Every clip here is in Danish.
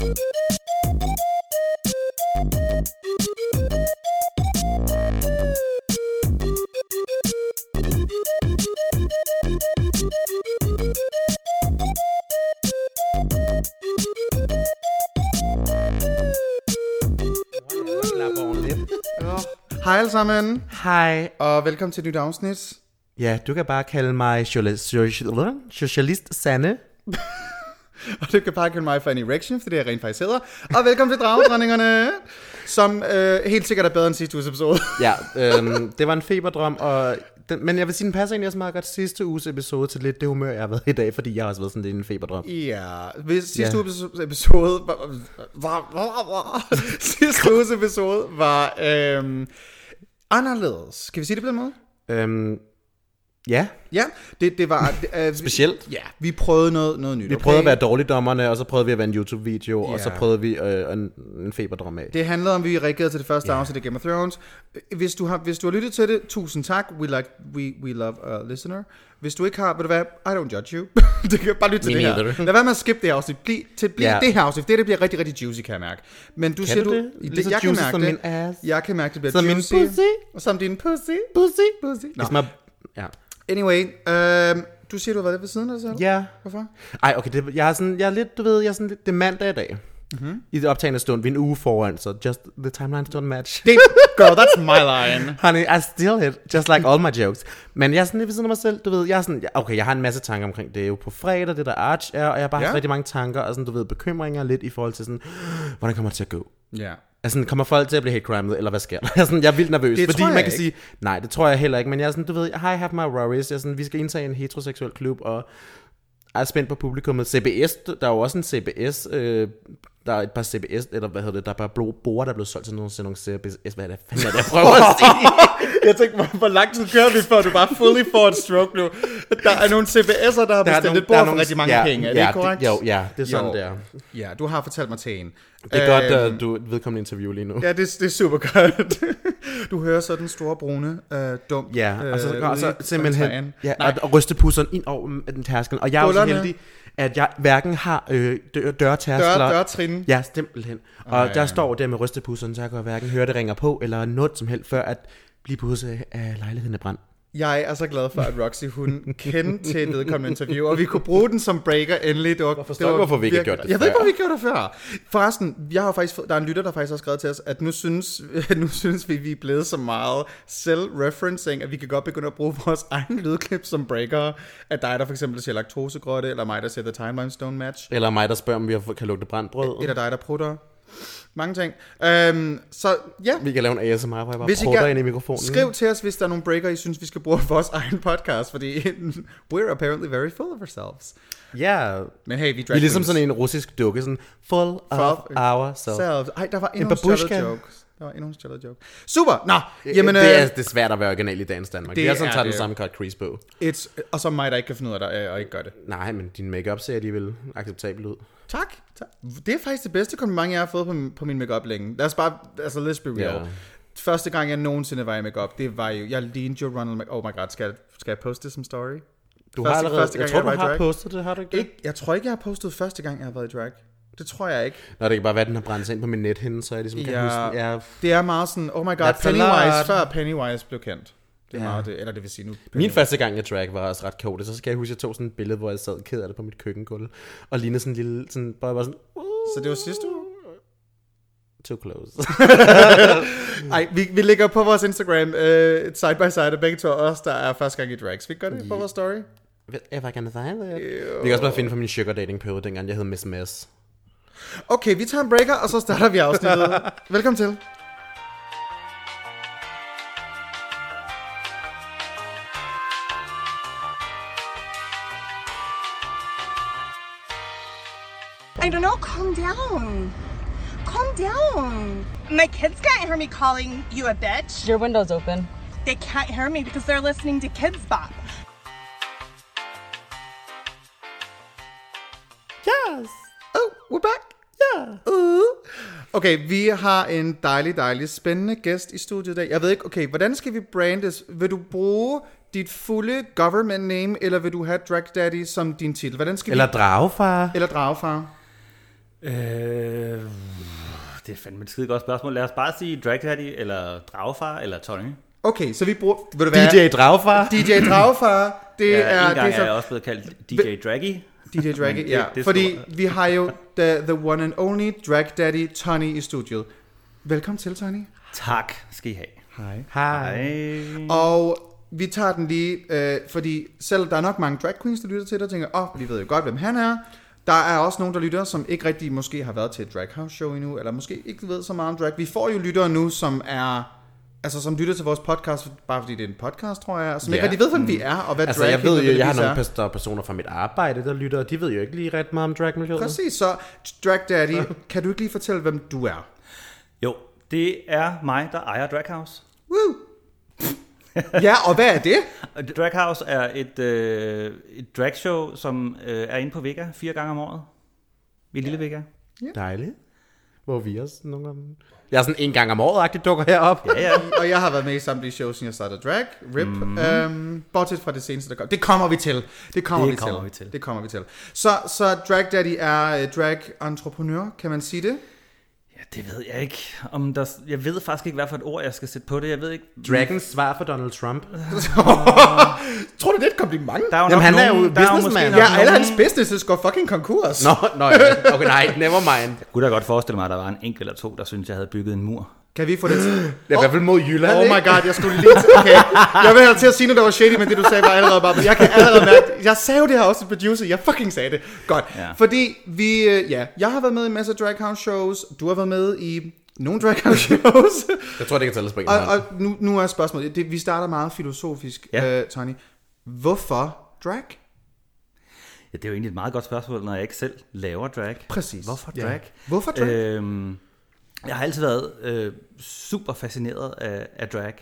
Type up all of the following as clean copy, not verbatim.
Hej alle sammen. Hej. Og velkommen til et nyt afsnit. Ja, du kan bare kalde mig Socialist Sanne. Og du kan bare kalde mig for en erection, for det er rent faktisk hedder. Og velkommen til Dragedronningerne, som helt sikkert er bedre end sidste uges episode. Ja, det var en feberdrøm, men jeg vil sige, den passer egentlig også meget godt sidste uges episode til lidt det humør, jeg har været i dag, fordi jeg har også været sådan lidt en feberdrøm. Ja, sidste uges episode sidste uges episode var anderledes. Skal vi sige det på den måde? Ja. Ja, det var... Specielt. Ja, vi prøvede noget nyt. Vi prøvede at være dårligdommerne, og så prøvede vi at være en YouTube-video, Ja. og så prøvede vi en feberdrøm af. Det handlede om, at vi reagerede til det første afsnit af Game of Thrones. Hvis du har lyttet til det, tusind tak. We love a listener. Hvis du ikke har, ved du hvad, I don't judge you. Det kan bare lytte til det her. Lad være med at skippe det her afsnit. Bliv det her afsnit. Det bliver rigtig, rigtig juicy, kan jeg mærke. Men du siger, det? Jeg kan mærke det. Min ass. Jeg kan mærke, det bliver som juicy. Min pussy. Og som din pussy. Pussy. Nå. Ja. Anyway, du siger, du har været lidt ved siden af det selv? Ja. Hvorfor? Ej, okay, jeg er lidt, du ved, det er mandag i dag. Mm-hmm. I det optagende stund, vi er en uge foran, så just the timelines don't match. Girl, that's my line. Honey, I still hit, just like all my jokes. Men jeg er sådan lidt ved siden af mig selv, du ved, jeg er sådan, okay, jeg har en masse tanker omkring det, er jo på fredag, det der Arch er, og jeg har bare haft rigtig mange tanker, og sådan, du ved, bekymringer lidt i forhold til sådan, hvordan kommer det til at gå? Ja. Altså, kommer folk til at blive hate crimed, eller hvad sker der? Jeg er vildt nervøs, fordi man kan sige, nej, det tror jeg heller ikke, men jeg er sådan, du ved, I have my worries, jeg er sådan, vi skal indtage en heteroseksuel klub, og jeg er spændt på publikummet. CBS, der er jo også en CBS, der er et par CBS, eller hvad hedder det, der er bare borer, der er blevet solgt til nogle CBS, hvad er det, fanden er det, jeg prøver at sige? Jeg tænkte, hvor lang tid kører vi, før du bare fully får et stroke nu? Der er nogle CBS'er, der har bestilt et bord for rigtig mange penge, er det ikke korrekt? Ja, det er sådan, det er. Ja, du har fortalt mig til en. Det er godt, at du vedkommende interview lige nu. Ja, det er super godt. Du hører så den store brune, dumt. Ja, og så simpelthen og ryste pusseren ind over den tærsken. Og jeg er jo så heldig, at jeg hverken har dørtærskler. Dørtrin. Ja, simpelthen. Og der står der med rystepusseren, så jeg kan hverken høre, det ringer på, eller noget som helst, før at blive pusset af lejligheden af brand. Jeg er så glad for, at Roxy, hun kendte til et vedkommende interview, og vi kunne bruge den som breaker endelig. Hvorfor vi ikke har gjort det før? Jeg ved ikke, hvorfor vi ikke gjort det før. Forresten, jeg har faktisk der er en lytter, der faktisk har skrevet til os, at nu synes vi er blevet så meget self-referencing, at vi kan godt begynde at bruge vores egen lydklip som breaker. At dig, der for eksempel siger laktosegrotte, eller mig, der siger the timelines don't match. Eller mig, der spørger, om vi kan lugte brændt brød. Eller dig, der prutter. Mange ting. Så ja. Vi kan lave en ASMR, hvor jeg bare prutter ind i mikrofonen. Skriv til os, hvis der er nogle breaker, I synes, vi skal bruge vores egen podcast, fordi we're apparently very full of ourselves. Ja. Yeah. Men hey, vi er ligesom sådan en russisk dukke, sådan full of ourselves. Ej, der var endnu en stjålet joke. Super! Nå, jamen... Det er svært at være original i dagens Danmark. Det er sådan, tager den samme cut crease på. Og så mig, der ikke kan finde ud af det, og ikke gør det. Nej, men din makeup ser alligevel acceptabel ud. Tak. Det er faktisk det bedste kompliment, jeg har fået på min makeup længe. Lad os bare, let's be real. Yeah. Første gang, jeg nogensinde var i makeup, det var jo, jeg lignede jo Ronald Oh my god, skal jeg poste det som story? Du har allerede, jeg tror, du har postet det, har du ikke? Jeg tror ikke, jeg har postet første gang, jeg har været i drag. Det tror jeg ikke. Nå, det kan bare være, den har brændt sig ind på min nethinde, så jeg ligesom kan huske. Ja, det er meget sådan, oh my god, Pennywise, før Pennywise blev kendt. Det er meget det, eller det vil sige nu. Min første gang i drag var også ret kaotisk. Så skal jeg huske, at jeg tog sådan et billede, hvor jeg sad ked af det på mit køkkengulv. Og lignede sådan en lille, sådan, bare sådan... Så det var sidste uge? Too close. Ej, vi lægger på vores Instagram side by side, begge to os, der er første gang i drag. Skal vi gøre det på vores story? Jeg var gerne sige det. Vi kan også bare finde fra min sugar dating periode, dengang jeg hed Miss Mess. Okay, vi tager en breaker, og så starter vi afsnittet. Velkommen til. I don't know, calm down. Calm down. My kids can't hear me calling you a bitch. Your window's open. They can't hear me because they're listening to Kids Bop. Yes. Oh, we're back. Yeah. Okay, vi har en dejlig, spændende gæst i studiet i dag. Jeg ved ikke, okay, hvordan skal vi brandes? Vil du bruge dit fulde government name, eller vil du have Drag Daddy som din titel? Hvordan skal eller dragefar. Eller dragefar. Det er fandme et skide godt spørgsmål. Lad os bare sige Drag Daddy, eller Dragfar, eller Tony. Okay, så vi bruger... Ved du hvad? DJ Dragfar. DJ Dragfar, det er... En gang det så, er jeg også blevet kaldt DJ Draggy. DJ Draggy, ja. Fordi vi har jo the one and only Drag Daddy Tony i studiet. Velkommen til, Tony. Tak skal I have. Hej. Og vi tager den lige, fordi selv der er nok mange drag queens, der lytter til det, og tænker, vi ved jo godt, hvem han er. Der er også nogen, der lytter, som ikke rigtig måske har været til et drag house show endnu, eller måske ikke ved så meget om drag. Vi får jo lyttere nu, som er... Altså som lytter til vores podcast, bare fordi det er en podcast, tror jeg, som ikke rigtig ved, hvem vi er, og hvad altså, drag jeg ved jo, jeg har er. nogle personer fra mit arbejde, der lytter, og de ved jo ikke lige ret meget om dragmiljøet. Præcis, så Drag Daddy, kan du ikke lige fortælle, hvem du er? Jo, det er mig, der ejer Drag House. Woo! Ja, og hvad er det? Drag House er et dragshow, som er inde på Vega 4 gange om året. Vi er lille Vega. Dejligt. Hvor vi også nogle gange... Jeg er sådan en gang om året-agtigt dukker herop. Ja. Og jeg har været med i samtlige shows, siden jeg startede drag. RIP. Bortset fra det seneste, der kom. Det kommer vi til. Det kommer vi til. Så Drag Daddy er drag-entreprenør, kan man sige det? Ja, det ved jeg ikke. Jeg ved faktisk ikke, hvad for et ord, jeg skal sætte på det. Jeg ved ikke. Dragens svar for Donald Trump. Tror du, det er et kompliment? Jamen, han er jo businessman. Ja, eller hans business går fucking konkurs. Nå, ja. Okay, nej, never mind. Jeg kunne da godt forestille mig, at der var en enkelt eller to, der synes jeg havde bygget en mur. Kan vi få det til? Det er i hvert fald mod Jylland, Oh my god, jeg skulle lige... Okay, jeg vil have til at sige noget, der var shady, men det du sagde var allerede bare... Jeg kan allerede mærke... Jeg sagde jo det her også til producer. Jeg fucking sagde det. Godt. Ja. Fordi vi... jeg har været med i en masse drag house shows. Du har været med i nogle drag house shows. Jeg tror, det kan tælles på en og nu er spørgsmålet... Vi starter meget filosofisk, Tony. Hvorfor drag? Ja, det er jo egentlig et meget godt spørgsmål, når jeg ikke selv laver drag. Præcis. Hvorfor drag? Ja. Hvorfor drag? Jeg har altid været super fascineret af drag.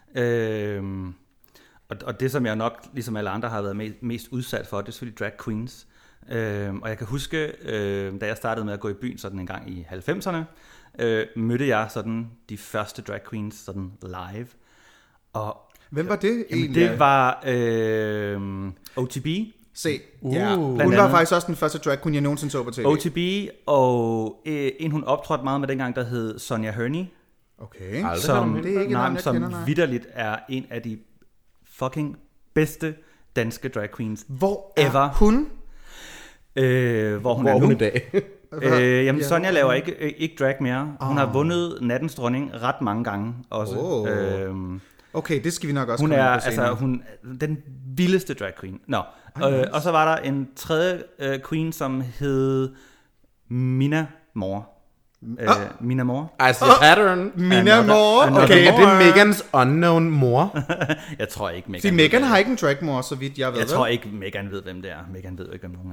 Og det, som jeg nok, ligesom alle andre, har været mest udsat for, det er selvfølgelig drag queens. Og jeg kan huske, da jeg startede med at gå i byen sådan en gang i 90'erne, mødte jeg sådan de første drag queens sådan live. Og hvem var det egentlig? Det var OTB. Hun var faktisk også den første drag queen, jeg nogensinde så på tv. OTB, og en hun optrådte meget med dengang, der hed Sonja Herney. Okay. Som vitterligt er en af de fucking bedste danske drag queens. Hvor er hun? Hvor hun er nu. I dag? Jamen Sonja laver ikke drag mere. Hun har vundet Nattens Dronning ret mange gange også. Okay, det skal vi nok også komme ind på senere. Hun er den vildeste drag queen. Og så var der en tredje queen, som hed Mina Moore. Mina Moore. I see a pattern. Mina Moore. Okay, er det Megans unknown mor? Jeg tror ikke Megan. Fordi Megan har ikke en drag mor, så vidt jeg ved. Jeg tror ikke Megan ved, hvem det er. Megan ved ikke, hvem hun er.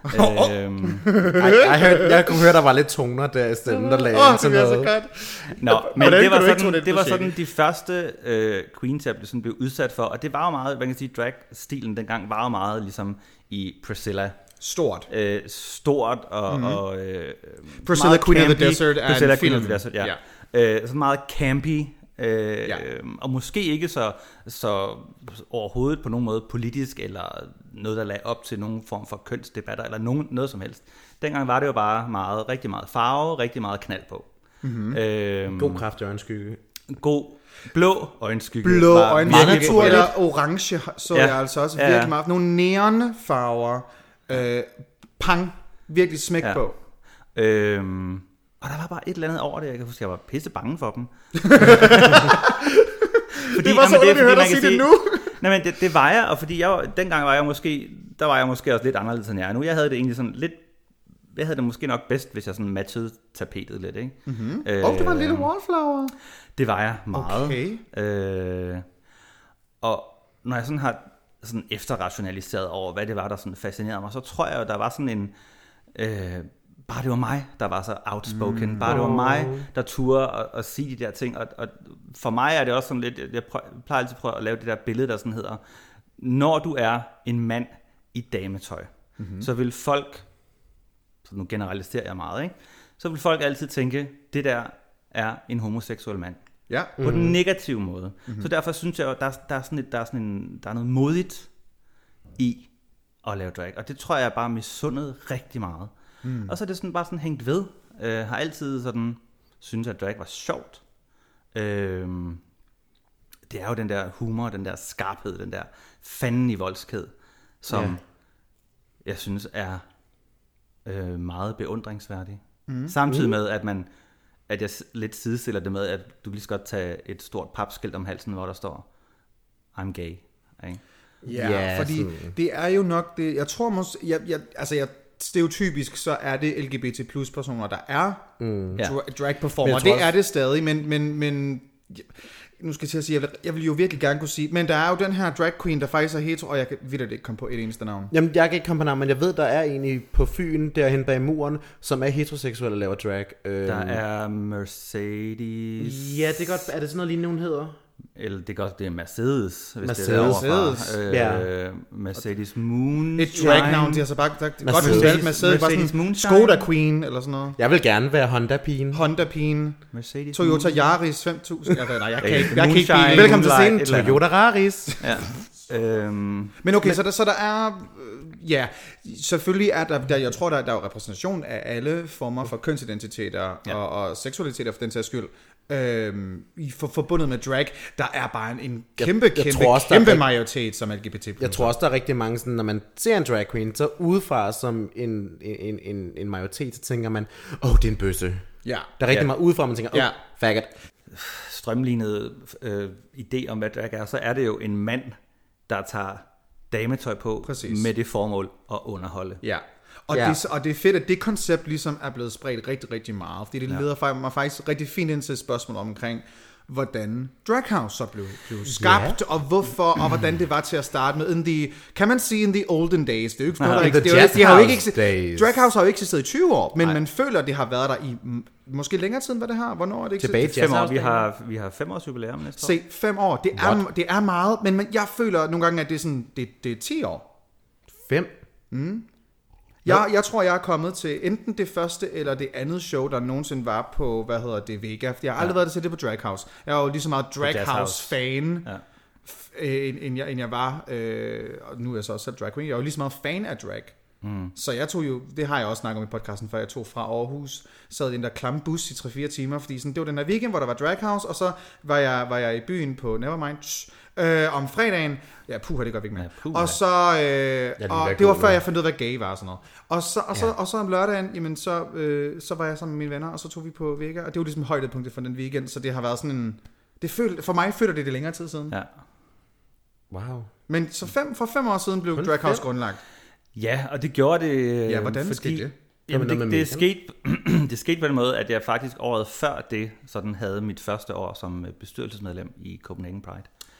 Jeg kunne høre, der var lidt toner der i stemmen, der lagde til noget. Det er så godt. Nå, men det var sådan de første queens, jeg blev udsat for. Og det var jo meget, man kan sige, drag-stilen dengang var jo meget ligesom i Priscilla. Stort og Priscilla Queen of the Desert er Priscilla en film. Queen of the Desert, ja. Så meget campy. Og måske ikke så overhovedet på nogen måde politisk, eller noget, der lagde op til nogen form for kønsdebatter, eller noget som helst. Dengang var det jo bare rigtig meget farve, rigtig meget knald på. God kraftig øjenskygge. God blå øjenskygge. Blå øjenskygge, eller orange, så jeg altså også virkelig meget. Nogle neonfarver. Pang, virkelig smæk på. Og der var bare et eller andet over det. Jeg kan huske, jeg var pisse bange for dem. Fordi, det var så underligt, at høre dig sige det nu. Nej, men det var jeg, og fordi dengang var jeg måske også lidt anderledes end jeg er nu. Jeg havde det egentlig sådan lidt, jeg havde det måske nok bedst, hvis jeg sådan matchede tapetet lidt, ikke? Og det var en lille wallflower. Det var jeg meget. Okay. Og når jeg sådan har sådan efterrationaliseret over, hvad det var, der sådan fascinerede mig, så tror jeg jo, der var sådan en... bare det var mig, der var så outspoken. Bare det var mig, der turde at sige de der ting. Og for mig er det også sådan lidt... Jeg plejer altid at prøve at lave det der billede, der sådan hedder... Når du er en mand i dametøj, så vil folk... Så nu generaliserer jeg meget, ikke? Så vil folk altid tænke, det der er en homoseksuel mand. Ja. På den negative måde. Så derfor synes jeg, at der er noget modigt i at lave drag. Og det tror jeg bare misundet rigtig meget. Og så er det sådan bare sådan hængt ved. Har altid sådan synes, at drag var sjovt. Det er jo den der humor, den der skarphed, den der fanden i voldsked, som jeg synes er meget beundringsværdig. Samtidig med, at jeg lidt sidestiller det med, at du lige skal godt tage et stort papskilt om halsen, hvor der står, I'm gay. Ikke? Ja, fordi det er jo nok det, jeg tror måske, stereotypisk, så er det LGBT plus personer, der er drag performer. Det er det stadig, men nu skal jeg sige, jeg vil jo virkelig gerne kunne sige, men der er jo den her drag queen, der faktisk er hetero, og jeg kan virkelig ikke komme på et eneste navn. Jamen, jeg kan ikke komme på navn, men jeg ved, der er en på Fyn, derhen bag muren, som er heteroseksuel og laver drag. Der er Mercedes. Ja, det er godt. Er det sådan noget lignende, hun hedder? Eller det er godt, det er Mercedes, hvis Mercedes. det er overfra. Mercedes Moonshine. Et drag-navn, de har så bare godt valgt Mercedes Moonshine. Skoda Queen, eller sådan noget. Jeg vil gerne være Honda-pigen. Honda-pigen. Mercedes Toyota Yaris 5000. Jeg kan ikke Moonshine. Velkommen til scenen. Toyota Raris. Ja. Men okay, så der er... Ja, selvfølgelig er der jeg tror, der er repræsentation af alle former for kønsidentiteter og seksualiteter for den sags skyld. Forbundet med drag, der er bare en kæmpe majoritet som LGBT+. Jeg tror også, der er rigtig mange, sådan, når man ser en drag queen, så udefra som en majoritet, så tænker man, det er en bøsse. Ja. Der er rigtig meget udefra, man tænker, faggot. Strømlignet idé om, hvad drag er, så er det jo en mand, der tager dametøj på med det formål at underholde. Ja. Og det er fedt, at det koncept ligesom er blevet spredt rigtig, rigtig meget, fordi det leder mig faktisk rigtig fint ind til et spørgsmål omkring, hvordan Drag House så blev skabt, og hvorfor, og hvordan det var til at starte med. Kan man sige in the olden days? Det er jo ikke noget, Drag House har jo ikke eksisteret i 20 år, men man føler, at det har været der i måske længere tid, end hvad det har. Hvornår er det ikke? Tilbage 5 år. Vi har 5 års jubilæum næste år. Se, 5 år. Det er meget, men jeg føler nogle gange, at det er sådan, det er 10 år. 5? Jeg tror, jeg er kommet til enten det første eller det andet show, der nogensinde var på, Vega. Jeg har aldrig været til det på Drag House. Jeg er jo lige så meget Drag House-fan, end jeg var. Og nu er jeg så også selv drag queen. Jeg er jo lige så meget fan af drag. Så jeg tog jo, det har jeg også snakket om i podcasten før, jeg tog fra Aarhus, sad i den der klamme bus i 3-4 timer, fordi sådan, det var den der weekend, hvor der var Drag House, og så var jeg i byen på Nevermind om fredagen. Ja, det går vi ikke med. Og så, og det var før jeg fandt ud af, hvad gay var og sådan noget. Og så om lørdagen, jamen så var jeg sammen med mine venner, og så tog vi på Vega, og det var ligesom højdepunktet for den weekend, så det har været sådan en, for mig føler det længere tid siden. Ja. Wow. Men så for 5 år siden blev Drag House grundlagt. Ja, og det gjorde det. Ja, hvordan skete det? Jamen, det skete på den måde, at jeg faktisk året før det sådan havde mit første år som bestyrelsesmedlem i Copenhagen Pride.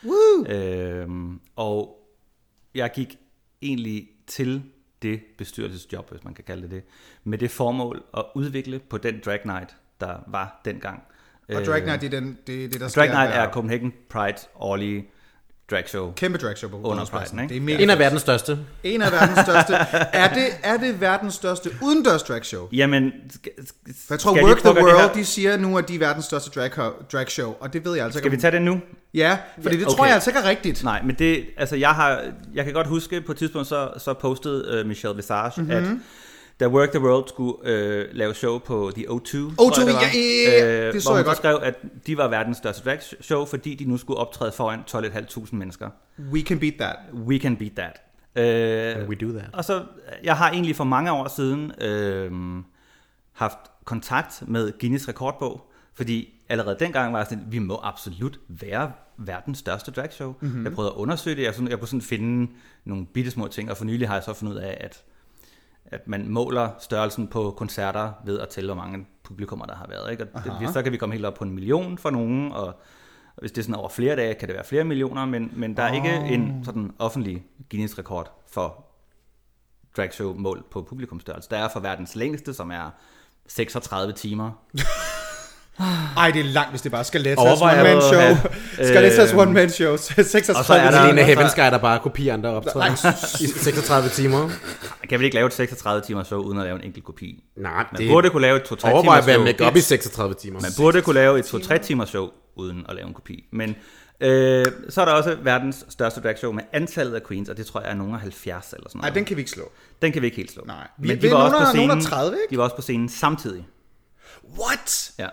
Og jeg gik egentlig til det bestyrelsesjob, hvis man kan kalde det, med det formål at udvikle på den drag night, der var dengang. Og drag night, det der sker. Drag night er Copenhagen Pride årlige dragshow. Kæmpe dragshow på under Pride, ikke? Det er en af verdens største. En af verdens største. Er det verdens største udendørs dragshow? Jamen, jeg tror Work the World, de siger nu, at de er verdens største dragshow, og det ved jeg altså ikke. Skal vi tage det nu? Ja, fordi det tror jeg altså ikke er rigtigt. Nej, men det, altså jeg kan godt huske, på et tidspunkt så postede Michelle Visage, at da Work the World skulle lave show på The O2, det så jeg godt. Skrev, at de var verdens største drag show, fordi de nu skulle optræde foran 12.500 mennesker. We can beat that. We can beat that. We do that. Og så, jeg har egentlig for mange år siden haft kontakt med Guinness rekordbog, fordi allerede dengang var jeg sådan, vi må absolut være verdens største dragshow. Jeg prøvede at undersøge det, jeg kunne sådan finde nogle bittesmå ting, og for nylig har jeg så fundet ud af, at man måler størrelsen på koncerter ved at tælle, hvor mange publikummer der har været. Ikke? Og så kan vi komme helt op på 1 million for nogen, og hvis det er sådan over flere dage, kan det være flere millioner, men der er ikke en sådan offentlig Guinness-rekord for dragshow-mål på publikumstørrelse. Der er for verdens længste, som er 36 timer. Ej, det er langt, hvis det bare skal læse one-man-show. Skal læse one-man-show. 36 og så er der Lene Heavenskaj, der bare kopierer andre optræder i 36 timer. Kan vi ikke lave et 36 timer show uden at lave en enkelt kopi? Nej, man burde kunne lave et 2-3 timers show. Overvej at være make up i 36 timer. Man burde kunne lave et 2-3 timers show uden at lave en kopi. Men så er der også verdens største dragshow med antallet af queens, og det tror jeg er nogen af 70 eller sådan noget. Nej, den kan vi ikke slå. Den kan vi ikke helt slå. Nej. Men de var også på scenen. 30, ikke? De var også på scenen samtidig. What? Ja.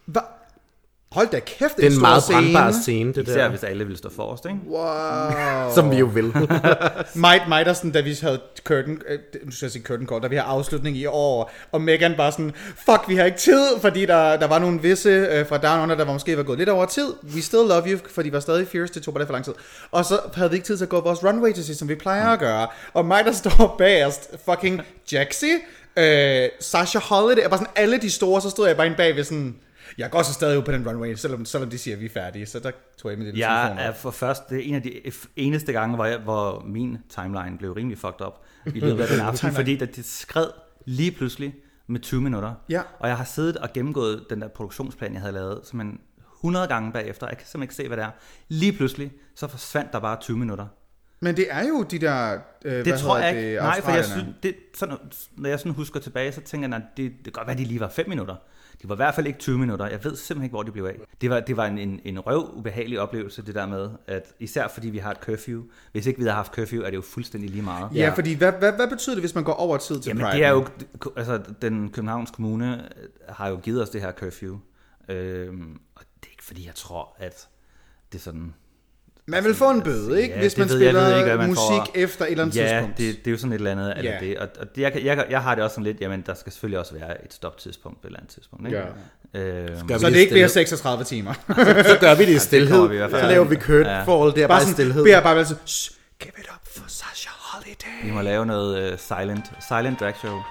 Hold da kæft, det er en meget brandbar scene, det især der. hvis alle vil stå forrest, ikke? Wow. Som vi jo vil. mig der sådan, da vi havde curtain call, da vi havde afslutning i år, og Megan bare sådan, fuck, vi har ikke tid, fordi der var nogle visse fra Down Under, der var måske var gået lidt over tid. We still love you, for de var stadig fierce, det tog bare det for lang tid. Og så havde vi ikke tid til at gå vores runway til sidst, som vi plejer at gøre. Og mig, der står bagerst, fucking Jaxi, Sasha Holiday, og bare sådan alle de store, så stod jeg bare inde bagved sådan... Jeg går så stadig ud på den runway, selvom de siger, at vi er færdige. Så der tog jeg med det telefoner. Jeg er for først, det er en af de eneste gange, hvor min timeline blev rimelig fucked up i løbet af den aften, fordi det skred lige pludselig med 20 minutter. Ja. Og jeg har siddet og gennemgået den der produktionsplan, jeg havde lavet, som en 100 gange bagefter. Jeg kan simpelthen ikke se, hvad det er. Lige pludselig, så forsvandt der bare 20 minutter. Men det er jo de der... det tror jeg ikke. Nej, for jeg synes, når jeg sådan husker tilbage, så tænker jeg, at det kan godt være, at de lige var 5 minutter. De var i hvert fald ikke 20 minutter. Jeg ved simpelthen ikke, hvor de blev af. Det var en ubehagelig oplevelse, det der med, at især fordi vi har et curfew. Hvis ikke vi havde haft curfew, er det jo fuldstændig lige meget. Ja, fordi hvad betyder det, hvis man går over tid til Pride? Det er jo, altså den Københavns Kommune har jo givet os det her curfew. Og det er ikke fordi, jeg tror, at det er sådan... Man vil få en bøde, ikke? Hvis man spiller musik efter et eller andet tidspunkt. Ja, det er jo sådan et eller andet af det. Og jeg har det også sådan lidt, jamen der skal selvfølgelig også være et stoptidspunkt på et eller andet tidspunkt, ikke? Ja. Så det er ikke mere 36 timer. Så gør vi det i stilhed. Så laver vi curtain, det er bare i stilhed. Bare sådan, give it up for Sasha Holiday. Vi må lave noget silent drag show.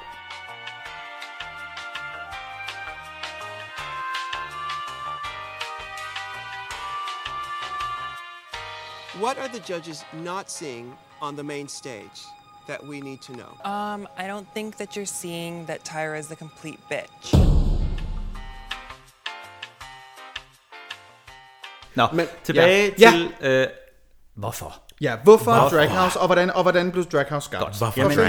What are the judges not seeing on the main stage that we need to know? I don't think that you're seeing that Tyra is the complete bitch. Nå, men tilbage til hvorfor? Ja, hvorfor Drag House, og hvordan blev Drag House skabt?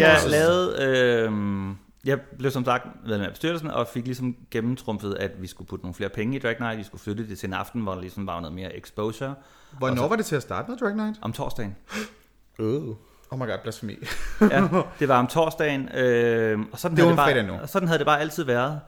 Jeg blev som sagt medlem af bestyrelsen og fik ligesom gennemtrumfet, at vi skulle putte nogle flere penge i Drag Night. Vi skulle flytte det til en aften, hvor der ligesom var noget mere exposure. Hvornår var det til at starte med Drag Night? Om torsdagen. Oh my god, blasfemi. Ja, det var om torsdagen. Og sådan havde det bare altid været.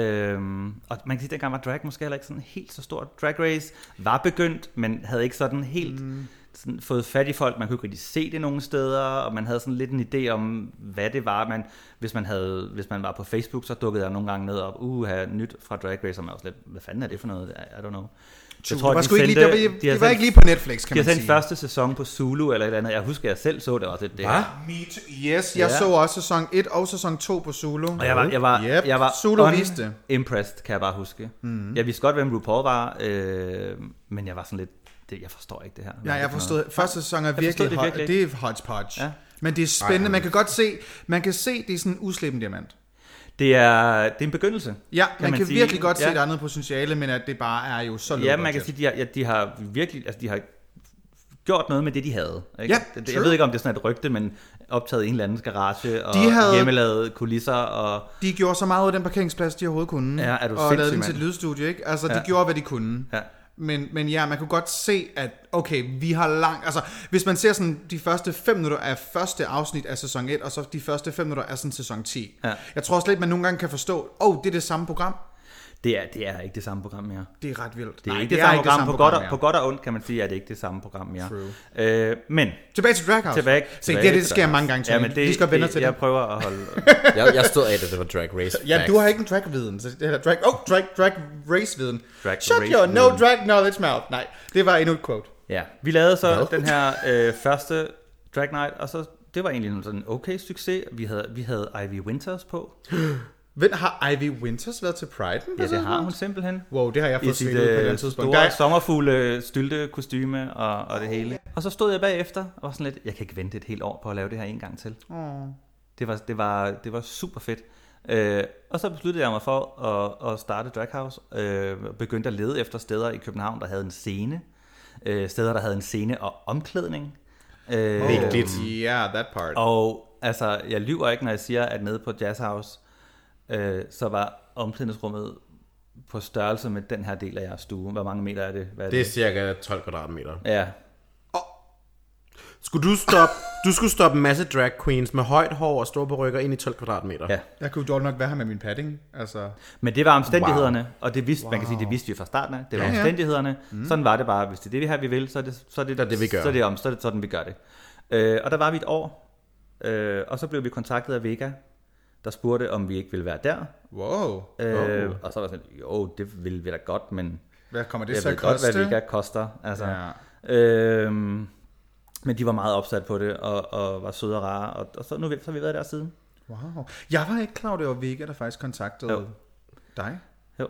Og man kan sige, at dengang var drag måske heller ikke sådan helt så stort. Drag Race var begyndt, men havde ikke sådan helt sådan fået fat i folk. Man kunne ikke rigtig se det nogle steder, og man havde sådan lidt en idé om, hvad det var. Hvis man var på Facebook, så dukkede jeg nogle gange ned op, nyt fra Drag Race, og man var også lidt, hvad fanden er det for noget? I don't know. Jeg tror, det var ikke lige på Netflix, kan man sige. De har sendt første sæson på Zulu eller et eller andet. Jeg husker, jeg selv så det også. Yes, jeg så også sæson 1 og sæson 2 på Zulu. Og jeg var Zulu viste. Impressed, kan jeg bare huske. Jeg vidste godt, hvem RuPaul var, men jeg var sådan lidt, jeg forstår ikke det her. Ja, jeg forstod. Første sæson er virkelig det er hodgepodge. Ja. Men det er spændende. Man kan godt se, det er sådan en uslippen diamant. Det er en begyndelse. Ja, man kan virkelig godt se, der er noget potentiale, men at det bare er jo så low. Ja, man kan sige, at de har virkelig, altså de har gjort noget med det, de havde. Ikke? Ja, jeg ved ikke, om det er sådan et rygte, men optaget i en eller anden garage og hjemmelavede kulisser. Og de gjorde så meget ud af den parkeringsplads, de overhovedet kunne. Ja, er du og lavede den til et lydstudie, ikke? Altså, de gjorde, hvad de kunne. Ja. Men ja, man kunne godt se, at okay, vi har altså, hvis man ser sådan de første 5 minutter af første afsnit af sæson 1, og så de første 5 minutter af sådan sæson 10. Ja. Jeg tror slet, man nogle gange kan forstå, det er det samme program. Det er ikke det samme program mere. Det er ret vildt. Det er ikke det samme program. På godt og ondt kan man sige, at det ikke er det samme program mere. Men tilbage til Drag House. Det sker mange gange til. Ja, men vi skal vende til jeg prøver at holde. jeg stod af det var Drag Race. Ja, du har ikke en drag-viden. Så det er drag race-viden. Shut your no drag knowledge mouth. Nej, det var endnu et quote. Ja, vi lavede så den her første Drag Night, og så det var egentlig sådan en okay succes. Vi havde Ivy Winters på. Har Ivy Winters været til Pride? Ja, det har hun simpelthen. Wow, det har jeg fået set ud på den tidspunkt. Store sommerfugle stylte kostyme og det hele. Og så stod jeg bagefter og var sådan lidt, jeg kan ikke vente et helt år på at lave det her en gang til. Det var super fedt. Og så besluttede jeg mig for at starte Drag House. Begyndte at lede efter steder i København, der havde en scene. Steder, der havde en scene og omklædning. Vigtigt. Yeah, that part. Og altså, jeg lyver ikke, når jeg siger, at nede på Jazz House, så var omklædningsrummet på størrelse med den her del af jeres stue. Hvor mange meter er det? Det er cirka 12 kvadratmeter. Ja. Du skulle stoppe en masse drag queens med højt hår og store perukker ind i 12 kvadratmeter. Ja. Jeg kunne dårligt nok være her med min padding. Altså. Men det var omstændighederne, og det vidste, man kan sige, det vidste vi fra starten af. Det var omstændighederne. Sådan var det bare. Hvis det er det, vi her vi vil, så er det vi gør. Så er det sådan, vi gør det. Og der var vi et år, og så blev vi kontaktet af Vega, der spurgte, om vi ikke ville være der. Wow. Og så var det sådan, jo, det ville vi da godt, men hvad kommer det jeg så ved at godt, koste? hvad Vega koster. Altså. Ja. Men de var meget opsat på det, og var søde og rare, og så har vi været der siden. Wow. Jeg var ikke klar over, det var Vega, der faktisk kontaktede dig. Jo.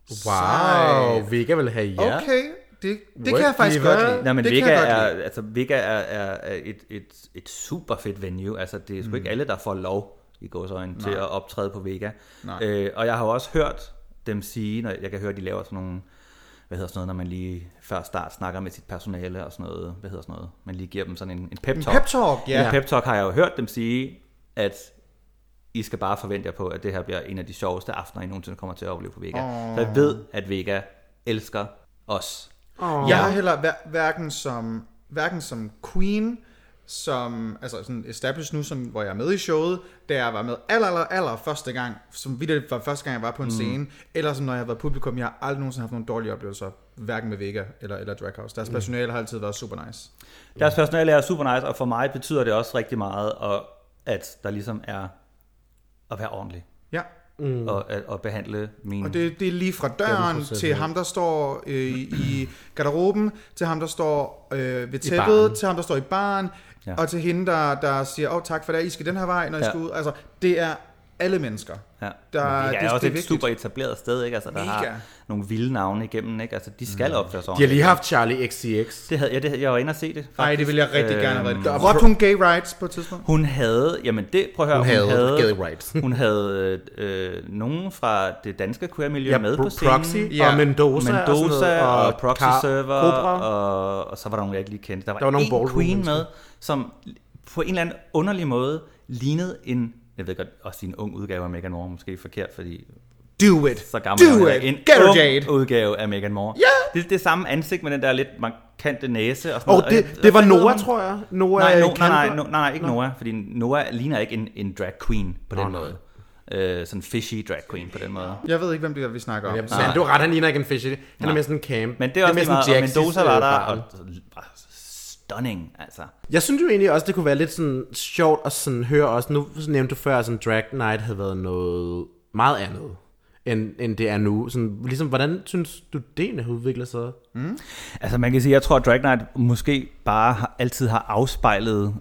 Wow, Vega vil have jer. Okay, det kan jeg faktisk godt lide. Nej, men det Vega er et super fedt venue. Altså, det er sgu ikke alle, der får lov i gåseøjne til at optræde på Vega. Og jeg har jo også hørt dem sige, når jeg kan høre, at de laver sådan nogle, når man lige før start snakker med sit personale og sådan noget, man lige giver dem sådan en pep-talk. En pep-talk, ja. En pep-talk har jeg jo hørt dem sige, at I skal bare forvente jer på, at det her bliver en af de sjoveste aftener, I nogensinde kommer til at opleve på Vega. Så jeg ved, at Vega elsker os. Jeg har heller hverken som queen, som altså sådan established nu, som, hvor jeg er med i showet, da jeg var med aller første gang, som vildt var første gang, jeg var på en scene, eller som når jeg har været publikum. Jeg har aldrig nogensinde haft nogle dårlige oplevelser, hverken med Vega eller Drag House. Deres personale har altid været super nice. Deres personale er super nice, og for mig betyder det også rigtig meget, at der ligesom er at være ordentlig. Ja. Og behandle mine... Og det er lige fra døren til ham, der står i garderoben, til ham, der står ved tæppet, til ham, der står i baren, og til hende, der siger, tak for det, I skal den her vej, når I skal ud. Altså, det er alle mennesker. Ja. Det er også et super etableret sted, ikke? Altså, der har nogle vilde navne igennem, ikke? Altså, de skal opføre sig ordentligt. De har lige haft Charlie XCX. Jeg var inde og se det. Nej, det vil jeg rigtig gerne have været. Råbte hun gay rights på et tidspunkt? Hun havde, prøv at høre, gay rights. Hun havde nogen fra det danske queer-miljø med på scenen. Proxy og Mendoza og Proxy Server, og så var der nogen, jeg ikke lige kendte. Der var en queen med, som på en eller anden underlig måde lignede en, jeg ved godt, også en ung udgave af Megan Moore, måske forkert, fordi do it, så gammel do it, en get her Jade udgave af Megan Moore. Yeah. Det er samme ansigt med den der lidt markante næse og sådan noget. Det var Noah, tror jeg. Nej, ikke Noah, fordi Noah ligner ikke en drag queen på den måde. Sådan fishy drag queen på den måde. Jeg ved ikke, hvem det er, vi snakker om. Men du er ret, han ligner ikke en fishy. Han er mere sådan en camp. Men det er også meget, og Mendoza var der, og stunning, altså. Jeg synes jo egentlig også, det kunne være lidt sådan sjovt at sådan høre også. Nu nævnte du før, at sådan Drag Night havde været noget meget andet, end det er nu. Sådan, ligesom, hvordan synes du, det har udviklet sig? Altså, man kan sige, jeg tror, at Drag Night måske bare altid har afspejlet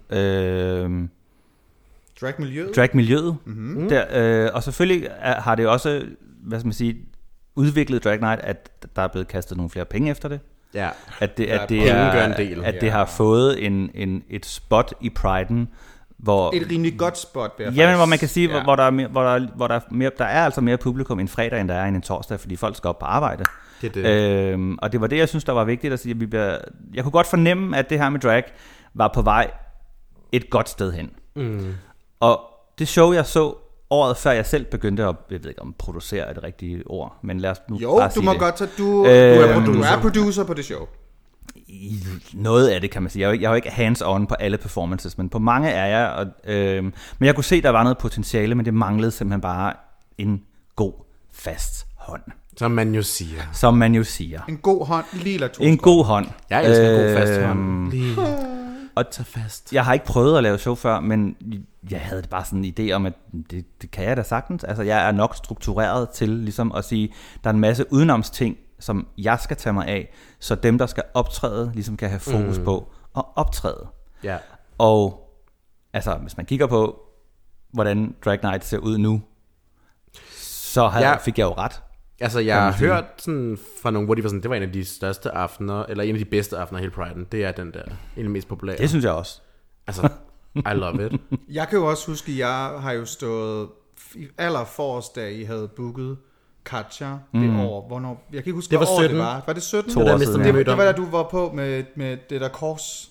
drag-miljøet. Og selvfølgelig har det også, udviklet Drag Night, at der er blevet kastet nogle flere penge efter det. Ja. At det har fået et spot i Pride'en, hvor et rimelig godt spot, hvor man kan sige, hvor der er altså mere publikum en fredag, end der er en torsdag, fordi folk skal op på arbejde. Det. Og det var det, jeg synes, der var vigtigt at sige. Jeg kunne godt fornemme, at det her med drag var på vej et godt sted hen. Og det show, jeg så året før jeg selv begyndte at, jeg ved ikke om producere er det rigtige ord, men lad os nu bare sige det. Jo, du må godt tage, du er producer på det show. Noget af det kan man sige. Jeg er jo ikke hands-on på alle performances, men på mange er jeg. Men jeg kunne se, der var noget potentiale, men det manglede simpelthen bare en god, fast hånd. Som man jo siger. En god hånd, lige eller to. En god hånd. Jeg elsker en god fast hånd. Og tage fast. Jeg har ikke prøvet at lave show før, men jeg havde bare sådan en idé om, at det kan jeg da sagtens. Altså, jeg er nok struktureret til ligesom at sige, der er en masse udenomsting, som jeg skal tage mig af, så dem, der skal optræde, ligesom kan have fokus på at optræde. Ja. Og altså, hvis man kigger på, hvordan Drag Night ser ud nu, så fik jeg jo ret. Altså, jeg har hørt sådan fra nogen, hvor de var sådan, det var en af de største aftener, eller en af de bedste aftener af hele Pride'en. Det er den der, en af de mest populære. Det synes jeg også. Altså, I love it. Jeg kan jo også huske, jeg har jo stået allerforrest, da I havde booket Katja det år. Hvornår, jeg kan ikke huske, det var 17. Det var. Var det 17? Det var da du var da du var på med det der kors.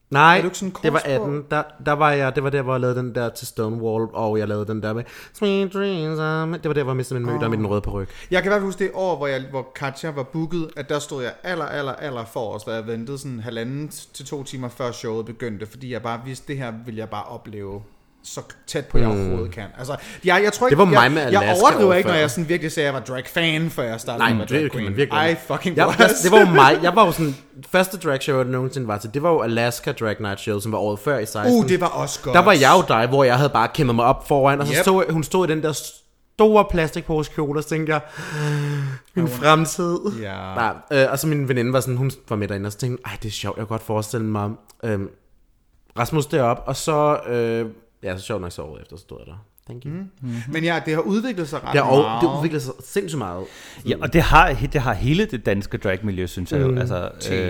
Nej, sådan det var 18. Der var jeg, det var der, hvor jeg lavede den der til Stonewall, og jeg lavede den der med Sweet Dreams. Det var der, hvor jeg mistede min møder med den røde peruk. Jeg kan i hvert fald huske det år, hvor Katja var booket, at der stod jeg aller forrest, da jeg ventede sådan 1,5 til 2 timer før showet begyndte, fordi jeg bare vidste, det her vil jeg bare opleve så tæt på, jeg overhovedet kan. Altså, jeg tror ikke, det var mig med Alaska. Jeg overdriver ikke, når jeg sådan virkelig sagde, at jeg var drag-fan, før jeg startede med drag queen. I fucking was. Det var jo mig. Jeg var jo sådan, første drag show, jeg nogensinde var til, det var jo Alaska Drag Night Show, som var året før i 16. Det var også godt. Der var jeg jo dig, hvor jeg havde bare kæmpet mig op foran, og så hun stod i den der store plastikposekjole, og så tænkte jeg, min fremtid. Ja. Og så min veninde var sådan, hun var med derinde, og så tænkte det er sjovt, jeg kan godt forestille mig Rasmus derop, og så så sjovt nok så året efter, så stod jeg der. Thank you. Men ja, det har udviklet sig ret meget. Det har udviklet sig sindssygt meget. Ja, og det har hele det danske dragmiljø, synes jeg jo. Altså,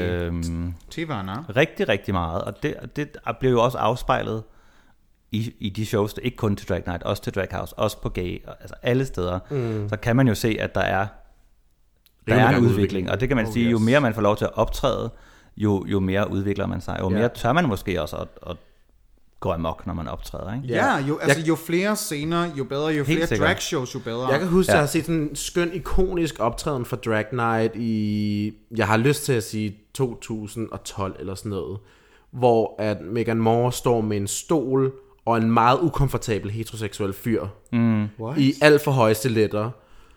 rigtig, rigtig meget. Og det blev jo også afspejlet i de shows, ikke kun til Drag Night, også til Drag House, også på Gay, altså alle steder. Så kan man jo se, at der er en udvikling. Og det kan man sige, jo mere man får lov til at optræde, jo mere udvikler man sig. Jo mere tør man måske også at gå amok, når man optræder, ikke? Ja, jo flere scener, jo bedre, jo flere dragshows, jo bedre. Jeg kan huske, at jeg har set sådan en skøn, ikonisk optræden for Drag Night i, jeg har lyst til at sige 2012 eller sådan noget, hvor at Megan Moore står med en stol og en meget ukomfortabel heteroseksuel fyr i alt for høje stiletter.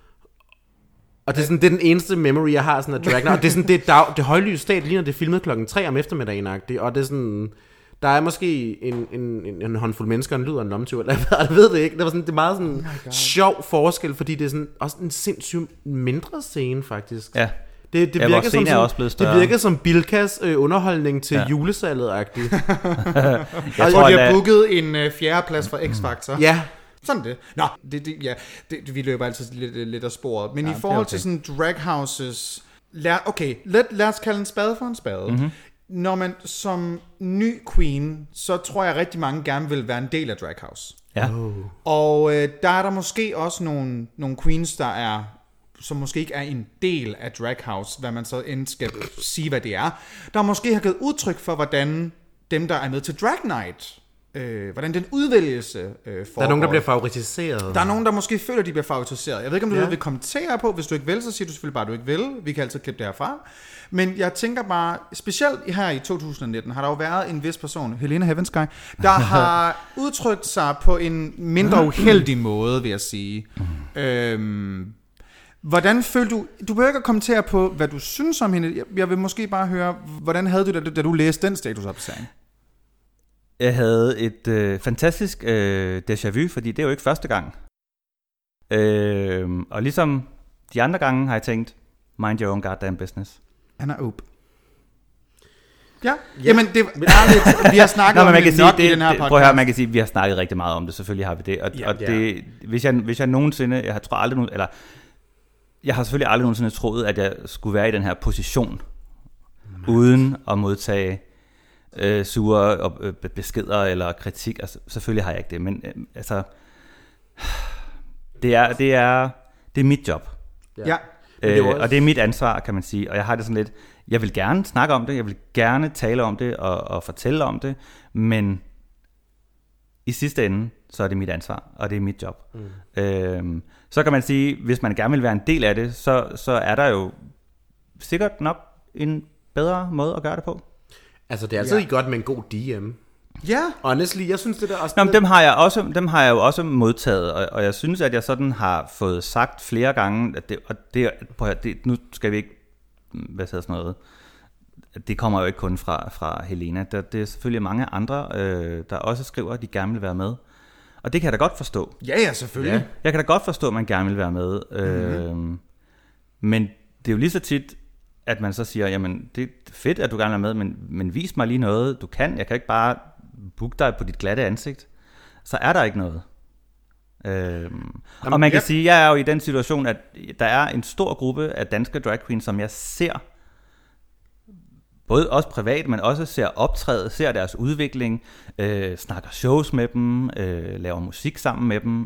Og det er den eneste memory, jeg har sådan af Drag Night. Og det er sådan, det højlys stat ligner, det er filmet 3:00 om eftermiddagen-agtigt, og det er sådan, der er måske en håndfuld mennesker, en lyd og en lommetyv, eller jeg ved det ikke. Det er meget sådan sjov forskel, fordi det er sådan også en sindssygt mindre scene, faktisk. Ja. Det virker som sådan, også blevet større. Det virker som Bilkas underholdning til julesalget-agtigt. Jeg tror, de har booket en 4. plads for X-Factor. Ja. Sådan det. Nå, vi løber altid lidt af sporet. Men i forhold til sådan drag houses, lad os kalde en spade for en spade. Mm-hmm. Når man som ny queen, så tror jeg rigtig mange gerne vil være en del af drag house. Ja. Og der er der måske også nogle queens, som måske ikke er en del af drag house, hvad man så end skal sige, hvad det er, der måske har givet udtryk for, hvordan dem, der er med til drag night, hvordan den udvælgelse foregår. Der er nogen, der bliver favoriseret. Der er nogen, der måske føler, de bliver favoriseret. Jeg ved ikke, om du vil kommentere på. Hvis du ikke vil, så siger du selvfølgelig bare, at du ikke vil. Vi kan altid klippe det herfra. Men jeg tænker bare, specielt her i 2019, har der jo været en vis person, Helena Heavensky, der har udtrykt sig på en mindre uheldig måde, vil jeg sige. Hvordan følte du behøver ikke at kommentere på, hvad du synes om hende. Jeg vil måske bare høre, hvordan havde du det, da du læste den statusopdatering? Jeg havde et fantastisk déjà vu, fordi det er jo ikke første gang. Og ligesom de andre gange har jeg tænkt, mind your own goddamn business. Anna Oop. Ja, jamen det vi har snakket om det nok i den her podcast. Prøv at høre, man kan sige, vi har snakket rigtig meget om det, selvfølgelig har vi det. Og det, hvis jeg nogensinde, jeg har selvfølgelig aldrig nogensinde troet, at jeg skulle være i den her position, uden at modtage sure beskeder eller kritik. Altså, selvfølgelig har jeg ikke det, men det er mit job. Ja. Og det er mit ansvar, kan man sige. Og jeg har det sådan lidt, jeg vil gerne snakke om det, jeg vil gerne tale om det og fortælle om det, men i sidste ende, så er det mit ansvar, og det er mit job. Så kan man sige, hvis man gerne vil være en del af det, så er der jo sikkert nok en bedre måde at gøre det på. Altså, det er altid godt med en god DM. Ja. Honestly, jeg synes det der også. Nå, dem har jeg jo også modtaget, og jeg synes, at jeg sådan har fået sagt flere gange, at nu skal vi ikke, hvad hedder sådan noget, det kommer jo ikke kun fra Helena. Det er selvfølgelig mange andre, der også skriver, at de gerne vil være med. Og det kan jeg da godt forstå. Ja, selvfølgelig. Ja. Jeg kan da godt forstå, at man gerne vil være med. Men det er jo lige så tit, at man så siger, jamen, det er fedt, at du gerne vil være med, men vis mig lige noget, du kan. Jeg kan ikke bare booke dig på dit glatte ansigt. Så er der ikke noget. Og man kan sige, jeg er jo i den situation, at der er en stor gruppe af danske drag queens, som jeg ser, både også privat, men også ser optræde, ser deres udvikling, snakker shows med dem, laver musik sammen med dem.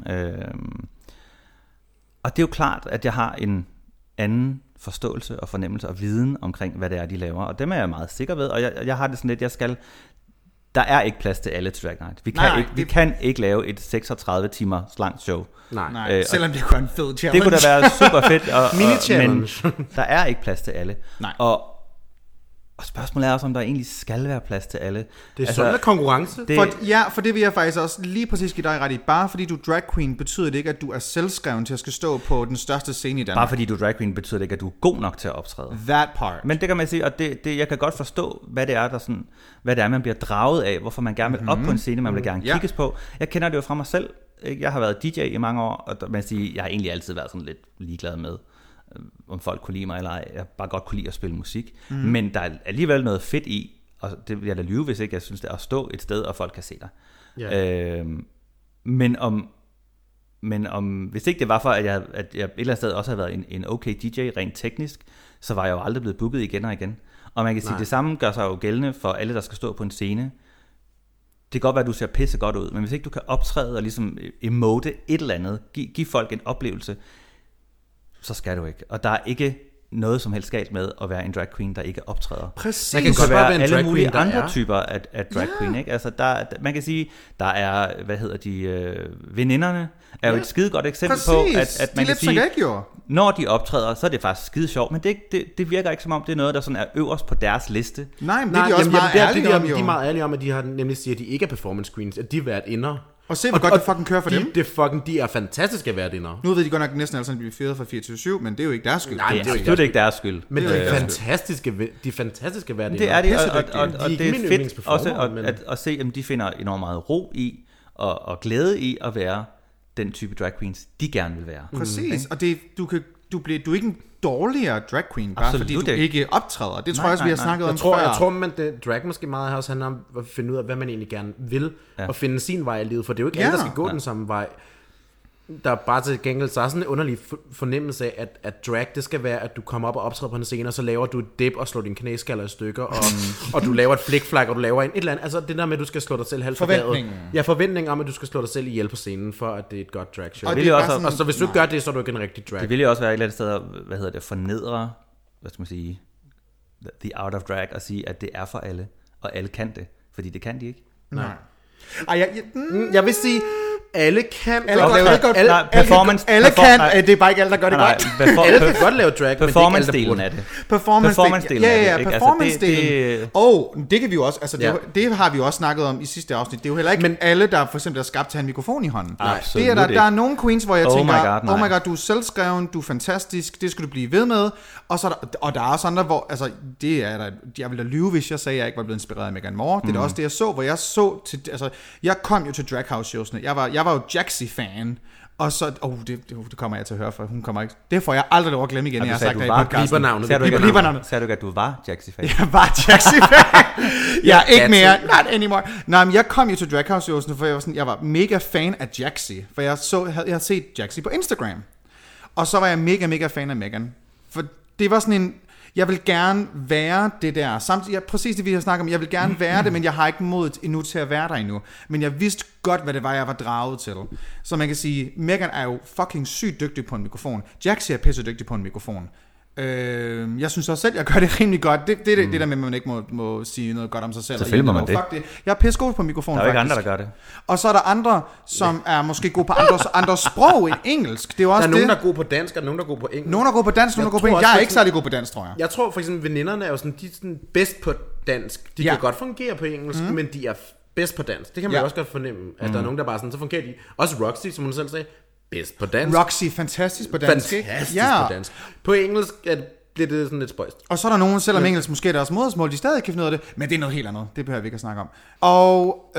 Og det er jo klart, at jeg har en anden forståelse og fornemmelse og viden omkring, hvad det er, de laver. Og dem er jeg meget sikker ved, og jeg har det sådan lidt, der er ikke plads til alle til Drag Night. Vi kan ikke lave et 36 timer langt show. Nej, selvom det kunne en fed challenge. Det kunne da være super fedt. Mini-challenge. Men der er ikke plads til alle. Nej. Og spørgsmålet er også, om der egentlig skal være plads til alle. Det er sådan en konkurrence. For det vil jeg faktisk også lige præcis give dig ret i. Bare fordi du er drag queen, betyder det ikke, at du er selvskreven til at skal stå på den største scene i Danmark. Bare fordi du er drag queen, betyder det ikke, at du er god nok til at optræde. That part. Men det kan man sige, og jeg kan godt forstå, hvad det er, man bliver draget af, hvorfor man gerne vil op på en scene, man vil gerne kigges på. Jeg kender det jo fra mig selv. Jeg har været DJ i mange år, og man siger, jeg har egentlig altid været sådan lidt ligeglad med, om folk kunne lide mig eller ej. Jeg bare godt kunne lide at spille musik. Men der er alligevel noget fedt i, og det vil jeg da lyve, hvis ikke jeg synes, det er at stå et sted, og folk kan se dig. Yeah. Men hvis ikke det var for, at jeg et eller andet sted også havde været en okay DJ rent teknisk, så var jeg jo aldrig blevet booket igen og igen. Og man kan sige, det samme gør sig jo gældende for alle, der skal stå på en scene. Det kan godt være, at du ser pisse godt ud, men hvis ikke du kan optræde og ligesom emote et eller andet, give folk en oplevelse, så skal du ikke. Og der er ikke noget som helst galt med at være en drag queen, der ikke optræder. Præcis. Man kan godt være alle mulige andre typer af drag queen, ikke? Altså man kan sige, der er, veninderne er jo et skide godt eksempel på, at man kan sige, når de optræder, så er det faktisk skide sjovt, men det virker ikke som om, det er noget, der sådan er øverst på deres liste. Nej, men det er de også meget ærlige om, jo. De er meget ærlige om, at de har nemlig siger, at de ikke er performance queens, at de er værtinder. Og se, hvor godt det fucking kører for dem. De er fantastiske værtinder. Nu ved de godt nok næsten alle sammen blive fyret fra 24/7, men det er jo ikke deres skyld. Nej, det er jo ikke deres skyld. Men de er fantastiske værdier. Det er de, og det er fedt også at se, at de finder enormt meget ro i, og glæde i at være den type drag queens, de gerne vil være. Præcis, og du er ikke en dårligere drag queen, bare absolut, fordi du ikke optræder. Det tror jeg også, vi har snakket om før. Jeg tror, man drag måske meget også handler om at finde ud af, hvad man egentlig gerne vil, og finde sin vej i livet, for det er jo ikke alle, der skal gå den samme vej. Der er bare til gengæld, så er sådan en underlig fornemmelse af, at drag, det skal være, at du kommer op og optræder på en scene, og så laver du et dip og slår dine knæskaller i stykker, og du laver et flikflak, og du laver et eller andet. Altså det der med, at du skal slå dig selv halvt forgadet. Ja, forventningen om, at du skal slå dig selv ihjel på scenen, for at det er et godt drag show. Og så hvis du ikke gør det, så er du ikke en rigtig drag. Det vil jo også være et eller andet sted, fornedre, hvad skal man sige, the art of drag, og sige, at det er for alle, og alle kan det, fordi det kan de ikke. Nej. Jeg vil sige, alle kan det er bare ikke alle, der gør det godt. Alle kan godt lave drag, men det er ikke alle, der bruger det. Performance-delen af det. Performance-delen. Og det kan vi jo også, altså det har vi jo også snakket om i sidste afsnit. Det er jo heller ikke alle, der for eksempel er skabt til at have en mikrofon i hånden. Det er der er nogle queens, hvor jeg tænker, oh my god, du er selvskreven, du er fantastisk, det skal du blive ved med. Og der er også andre, hvor, altså det er der, jeg ville da lyve, hvis jeg sagde, at jeg ikke var blevet inspireret af Megan Moore. Det er da også det, jeg så, hvor jeg så til, altså jeg kom jo til Drag House showsene. Jeg var jo Jaxi-fan, og så, det kommer jeg til at høre, for hun kommer ikke, det får jeg aldrig lov at glemme igen, jeg har sagt det i podcasten. Sagde du ikke, at du var Jaxi-fan? Jeg var Jaxi-fan. Jeg er ikke mere, not anymore. Nej, men jeg kom jo til Drag House showsene, for jeg var mega fan af Jaxi, for jeg havde set Jaxi på Instagram, og så var jeg mega fan af Megan, for det var sådan en, jeg vil gerne være det der. Samtidig, præcis det vi har snakket om, jeg vil gerne være det, men jeg har ikke modet endnu til at være der endnu. Men jeg vidste godt, hvad det var, jeg var draget til. Så man kan sige, Megan er jo fucking sygt dygtig på en mikrofon. Jaxi er pisse dygtig på en mikrofon. Jeg synes også selv, jeg gør det rimelig godt. Det der med, at man ikke må sige noget godt om sig selv. Selvfølgelig må man det. Jeg er pisse god på mikrofonen. Der er ikke andre, der gør det. Og så er der andre, som er måske gode på andre sprog end engelsk. Det er jo også der er nogen, der er gode på dansk, og nogen, der er gode på engelsk. Nogen er gode på dansk, nogen er gode på engelsk. Jeg er ikke særlig god på dansk, tror jeg. Jeg tror for eksempel, veninderne er jo sådan, de er sådan bedst på dansk. De kan godt fungere på engelsk, men de er bedst på dansk. Det kan man jo også godt fornemme, at der er nogen, der bare sådan, så fungerer de. Også Roxy, som hun selv sagde, bedst på dansk. Roxy, fantastisk på dansk. Fantastisk på dansk. På engelsk bliver det sådan lidt spøjst. Og så er der nogen, selvom engelsk måske er deres modersmål, de stadig kan finde ud af det, men det er noget helt andet. Det behøver vi ikke at snakke om. Og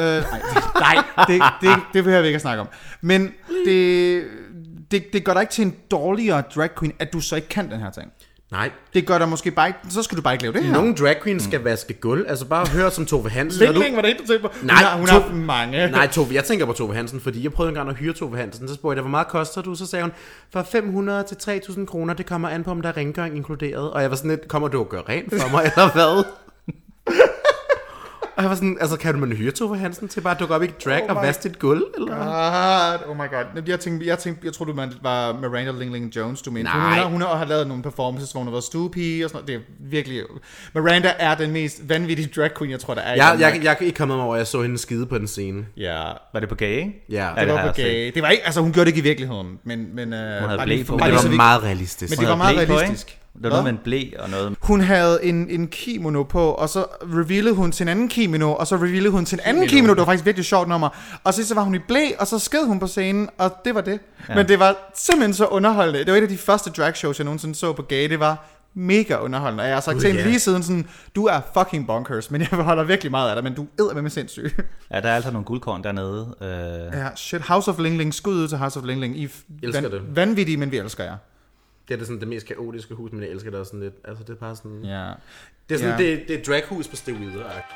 det behøver vi ikke at snakke om. Men det gør dig ikke til en dårligere drag queen, at du så ikke kan den her ting. Nej. Det gør dig måske bare ikke, så skal du bare ikke lave det her. Nogle drag queens skal vaske gulv, altså bare høre som Tove Hansen. Længe var det ikke, du tænker på? Nej, hun har mange. Nej, Tove, jeg tænker på Tove Hansen, fordi jeg prøvede engang at hyre Tove Hansen, så spurgte jeg, hvor meget koster du? Så sagde hun, fra 500 til 3.000 kroner, det kommer an på, om der er rengøring inkluderet. Og jeg var sådan lidt, kommer du at gøre rent for mig, eller hvad? Og jeg var sådan, altså kan man hyre Tove Hansen til bare at dukke op i drag og vaske dit gulv? Eller? Oh my god. Jeg troede, man var Miranda Lingling Jones, du mente. Nej. Hun har lavet nogle performances, hvor hun har været stuepige og sådan noget. Det er virkelig... Miranda er den mest vanvittige drag queen, jeg tror, der er i Jeg er ikke kommet over, at jeg så hende skide på den scene. Ja. Var det på gay, ikke? Ja. Det var på gay. Det var ikke, altså hun gjorde det ikke i virkeligheden, men hun havde blæ på. Men det var meget realistisk. Men det var meget realistisk. Det var noget med en blæ og noget. Hun havde en kimono på, og så revealede hun til en anden kimono, og så revealede hun til en anden kimono. Det var faktisk virkelig sjovt nummer. Og så var hun i blæ, og så sked hun på scenen, og det var det. Ja. Men det var simpelthen så underholdende. Det var et af de første dragshows, jeg nogensinde så på gay. Det var mega underholdende. Og jeg har sagt til hende lige siden sådan, du er fucking bonkers, men jeg holder virkelig meget af dig, men du er med sindssyg. Ja, der er altså nogle guldkorn dernede. Ja, shit. House of Lingling. Skud ud til House of Lingling. I elsker det. Vanvittige, men vi elsker jer. Det er sådan det mest kaotiske hus, men jeg elsker det også sådan lidt. Altså det er bare sådan... Ja. Det er sådan, det er draghus på steroider.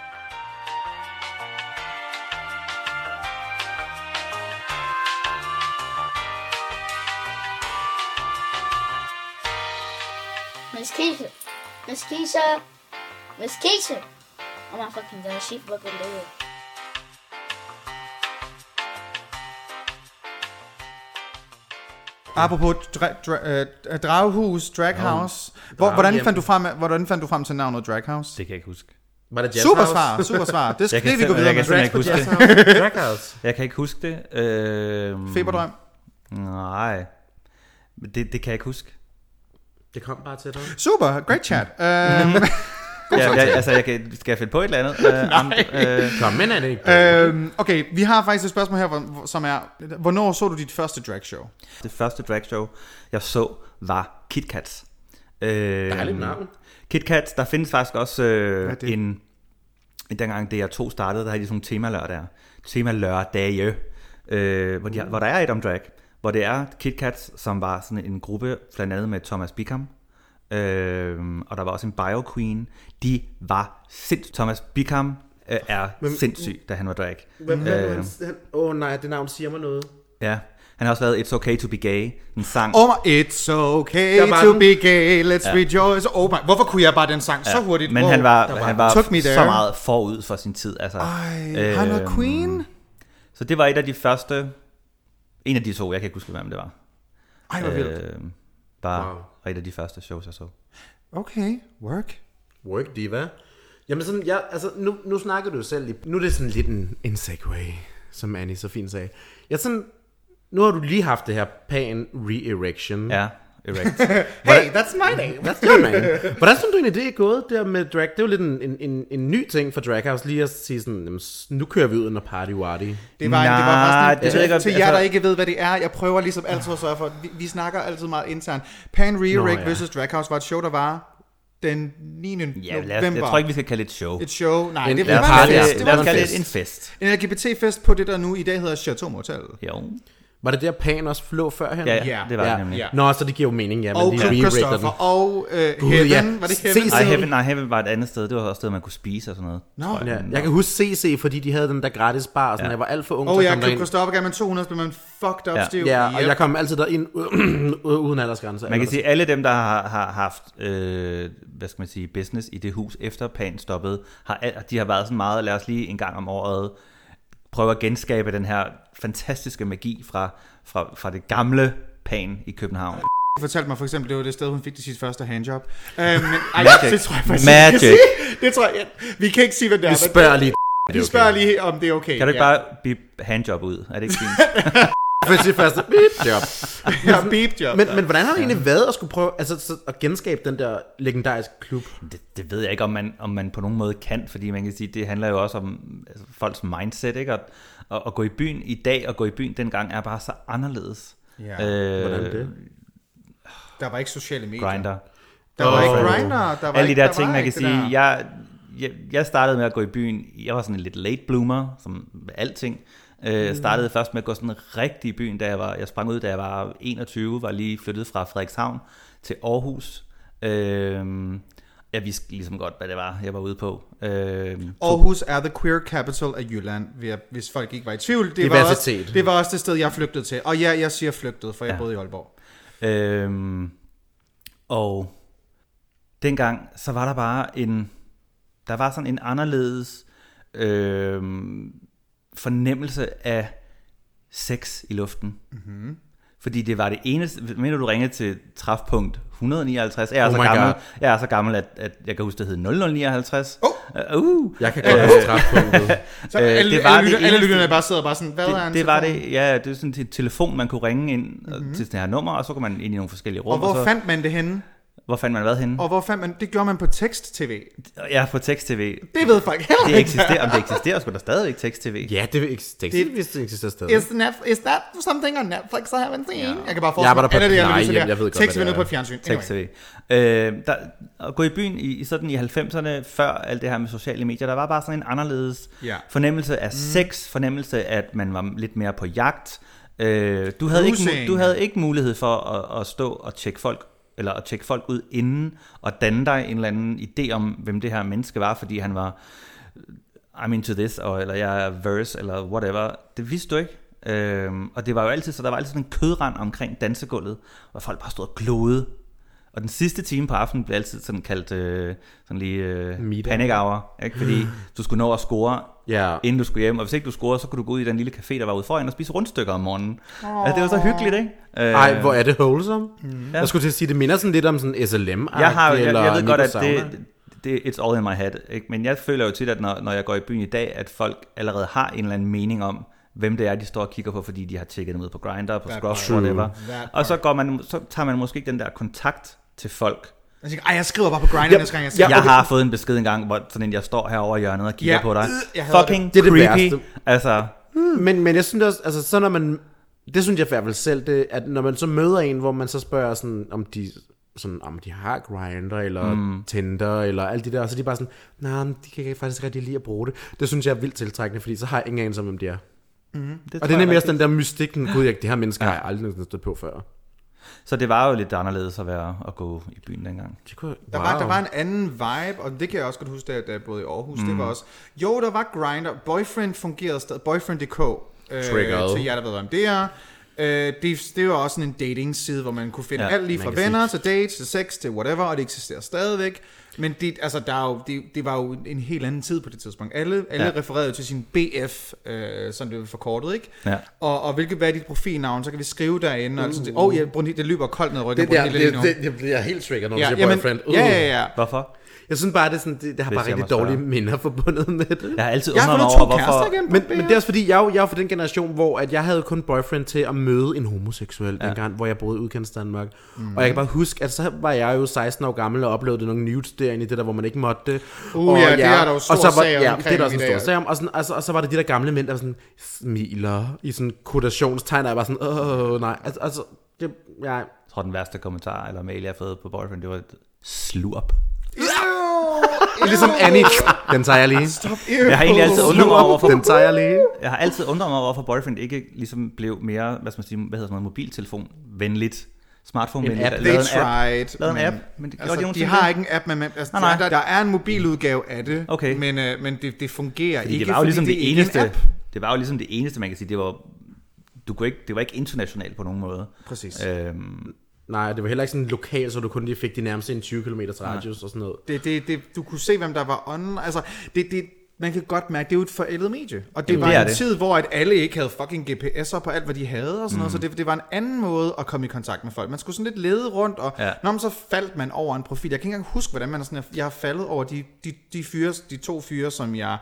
Miss Keisha. Oh my fucking god, she fucking dead. Apropos Dragehus, Draghouse. Hvordan fandt du frem til navnet Draghouse? Det kan jeg ikke huske. Var det Super svar. Det skal vi gå videre med. Jeg kan huske det. Draghouse. Jeg kan ikke huske det. Feberdrøm? Nej. Det kan jeg ikke huske. Det kom bare til dig. Super, great chat. Skal jeg finde på et eller andet? Kom, men er det ikke? Okay, vi har faktisk et spørgsmål her, som er, hvornår så du dit første dragshow? Det første dragshow, jeg så, var Kit Kats. Dejligt navn. Kit Kats, der findes faktisk også dengang DR2 startede, der havde de sådan nogle temalørdage, hvor der er et om drag, hvor det er Kit Kats, som var sådan en gruppe, blandt andet med Thomas Bickham, og der var også en bio queen. De var sindssygt. Thomas Bickham er sindssyg, da han var drag. Nej, det navn siger mig noget. Ja, han har også lavet It's Okay to be Gay, en sang. It's okay to be gay, let's rejoice. Hvorfor kunne jeg bare den sang så hurtigt? Men han var så meget forud for sin tid. Altså, han var queen. Så det var et af de første, en af de to, jeg kan ikke huske, hvem det var. Ej, hvor vildt. Bare et af de første shows, jeg så. Okay, work diva. Jamen sådan, nu snakker du selv lige. Nu er det sådan lidt en segway, som Annie så fint sagde. Nu har du lige haft det her pan re-erection. Ja, erect. Hey, that's my name. That's your name. Hvordan synes du egentlig, det er gået der med drag? Det er jo lidt en ny ting for Draghouse, lige at sige sådan, nu kører vi ud under party-warty. Det var bare til jer, der ikke ved, hvad det er. Jeg prøver ligesom altid at sørge for, vi snakker altid meget internt. Pan re-erect versus Draghouse var et show, der var den 9. november. Jeg tror ikke, vi skal kalde det et show. Et show? Nej, det var en fest. En LGBT-fest på det, der nu i dag hedder Chateau Motel. Jo. Var det der Pan også flå førhen? Ja, det var det nemlig. Ja. Nå, så det giver jo mening, ja. Og Club Christopher, og Heaven, var det Heaven? Nej, Heaven var et andet sted. Det var også et sted, man kunne spise og sådan noget. Nå. Ja. Jeg kan huske CC, fordi de havde den der gratis bar, så jeg var alt for ung til at komme derind. Club Christopher gav man 200, så blev man fucked up stiv. Ja, og jeg kom altid derind uden aldersgrænser. Man kan sige, alle dem, der har haft, hvad skal man sige, business i det hus, efter Pan stoppede, de har været sådan meget, lad os lige en gang om året prøve at genskabe den her fantastiske magi fra det gamle Pan i København. Du fortalte mig for eksempel, det var det sted, hun fik sit første handjob. Men, Magic. Det tror jeg faktisk Magic. Det tror jeg. Vi kan ikke sige, hvad det er. Vi spørger lige. Vi spørger lige, om det er okay. Kan du ikke bare bip handjob ud? Er det ikke fint? For sit første beep job. Ja, beep job. Men hvordan har det egentlig været at skulle prøve at genskabe den der legendariske klub? Det ved jeg ikke, om man på nogen måde kan, fordi man kan sige, det handler jo også om folks mindset, ikke? At gå i byen i dag og gå i byen dengang er bare så anderledes. Ja. Hvordan det? Der var ikke sociale medier. Grindr. Der var ikke Grindr. Alle de der ting, man kan sige. Jeg startede med at gå i byen. Jeg var sådan en lidt late bloomer, som alting. Startede først med at gå sådan rigtig i byen, da jeg sprang ud, da jeg var 21, var lige flyttet fra Frederikshavn til Aarhus. Jeg vidste ligesom godt, hvad det var, jeg var ude på. Aarhus er the queer capital af Jylland, hvis folk ikke var i tvivl. Det var også det sted, jeg flygtede til. Og ja, jeg siger flygtede, for jeg boede i Aalborg. Og dengang, så var der bare der var sådan en anderledes fornemmelse af sex i luften. Mm-hmm. Fordi det var det eneste, mener du ringede til træfpunkt 159, jeg er så gammel, at jeg kan huske, det hed 0059. Jeg kan godt huske træfpunktet. Så alle lytterne bare sidder bare sådan, hvad er en telefon? Det er sådan en telefon, man kunne ringe ind til det her nummer, og så kunne man ind i nogle forskellige rum. Og hvor fandt man det henne? Hvor fandt man hvad henne? Og hvor fandt man, det gjorde man på tekst-tv. Ja, på tekst-tv. Det ved folk heller ikke. Om det eksisterer, sgu der stadigvæk tekst-tv. Ja, det eksisterer stadig. Is that something on Netflix I haven't seen? Ja. Jeg kan bare forestille mig, jeg ved godt, tekst-tv på et fjernsyn. Tekst-tv. At gå i byen i 90'erne, før alt det her med sociale medier, der var bare sådan en anderledes fornemmelse af sex, fornemmelse af, at man var lidt mere på jagt. Du havde ikke mulighed for at stå og tjekke folk, eller at tjekke folk ud inden, og danne dig en eller anden idé om, hvem det her menneske var, fordi han var I'm into this, eller jeg er verse, eller whatever. Det vidste du ikke. Og det var jo altid, så der var altid sådan en kødrand omkring dansegulvet, hvor folk bare stod og glodede. Og den sidste time på aftenen blev altid sådan kaldt sådan lige panic hour, ikke? Fordi du skulle nå at score, inden du skulle hjem. Og hvis ikke du scorede, så kunne du gå ud i den lille café, der var ude foran og spise rundstykker om morgenen. Altså, det var så hyggeligt, ikke? Ej, hvor er det wholesome. Jeg skulle til at sige, det minder sådan lidt om sådan SLM-agtigt. Jeg ved godt, at det it's all in my head. Ikke? Men jeg føler jo tit, at når jeg går i byen i dag, at folk allerede har en eller anden mening om, hvem det er, de står og kigger på, fordi de har tjekket dem ud på Grindr, på Scruff, whatever. Og så tager man måske ikke den der kontakt til folk. Jeg skriver bare på Grindr næste gang, jeg har fået en besked engang, hvor sådan jeg står herovre i hjørnet og kigger på dig. Fucking det er det creepy. Værste. Altså. Men jeg synes også, altså så når man, det synes jeg i hvert fald selv, det, at når man så møder en, hvor man så spørger sådan, om de har Grindr eller Tinder eller alt det der, og så er de bare sådan, nej, de kan faktisk rigtig lide at bruge det. Det synes jeg er vildt tiltrækkende, fordi så har jeg ingen anelse om, hvem de er. Og det er nemlig også den der mystikken, gud, det her mennesker har jeg aldrig stået på før. Så det var jo lidt anderledes at gå i byen dengang. Der var en anden vibe, og det kan jeg også godt huske, da jeg boede i Aarhus. Det var også, der var Grindr. Boyfriend fungerede stadig. Boyfriend.dk. Til jer, der ved, hvem det er. Det var også sådan en dating-side, hvor man kunne finde alt lige fra venner til dates, til sex, til whatever, og det eksisterer stadigvæk. Men det var jo en helt anden tid på det tidspunkt. Alle refererede til sin BF, som det var forkortet, ikke? Ja. Og hvad er dit profilnavn, så kan vi skrive derinde, og sådan, det løber koldt ned ryggen. Det bliver helt trigger, når du siger boyfriend. Ja. Hvorfor? Jeg synes bare, det har bare rigtig dårlige minder forbundet med det. Jeg har altid undret mig over, hvorfor. Men det er også fordi, jeg er for den generation, hvor at jeg havde kun boyfriend til at møde en homoseksuel dengang, hvor jeg boede i udkants Danmark. Og jeg kan bare huske, at så var jeg jo 16 år gammel og oplevede nogle nudes derinde i det der, hvor man ikke måtte det. Det er der jo stor sag omkring. Det er der også en stor sag om. Og så var det de der gamle mænd, der var sådan, smiler i sådan quotationstegn, og jeg var sådan, nej. Jeg tror, den værste kommentar eller mail, jeg har fået på boyfriend, det var slurp. Ligesom Annie. Den tager jeg lige. Jeg har egentlig altid undret mig over, den tager jeg lige. Jeg har altid undret mig over, hvorfor boyfriend ikke ligesom blev mere, hvad hedder sådan noget, mobiltelefon venligt, smartphone venligt. Lavede en app. Men de har ikke en app, men der er en mobiludgave af det. Okay. Men det fungerer ikke. Det var jo ligesom det eneste. Det var jo ligesom det eneste, man kan sige. Det var ikke internationalt på nogen måde. Præcis. Nej, det var heller ikke sådan lokalt, så du kun lige fik de nærmeste 20 km radius og sådan noget. Du kunne se, hvem der var on. Altså, man kan godt mærke, det er jo et forældet medie. Og det var en tid, hvor at alle ikke havde fucking GPS'er på alt, hvad de havde og sådan noget. Så det var en anden måde at komme i kontakt med folk. Man skulle sådan lidt lede rundt, og når man så faldt man over en profil. Jeg kan ikke engang huske, hvordan man sådan, jeg har faldet over de to fyre, som jeg...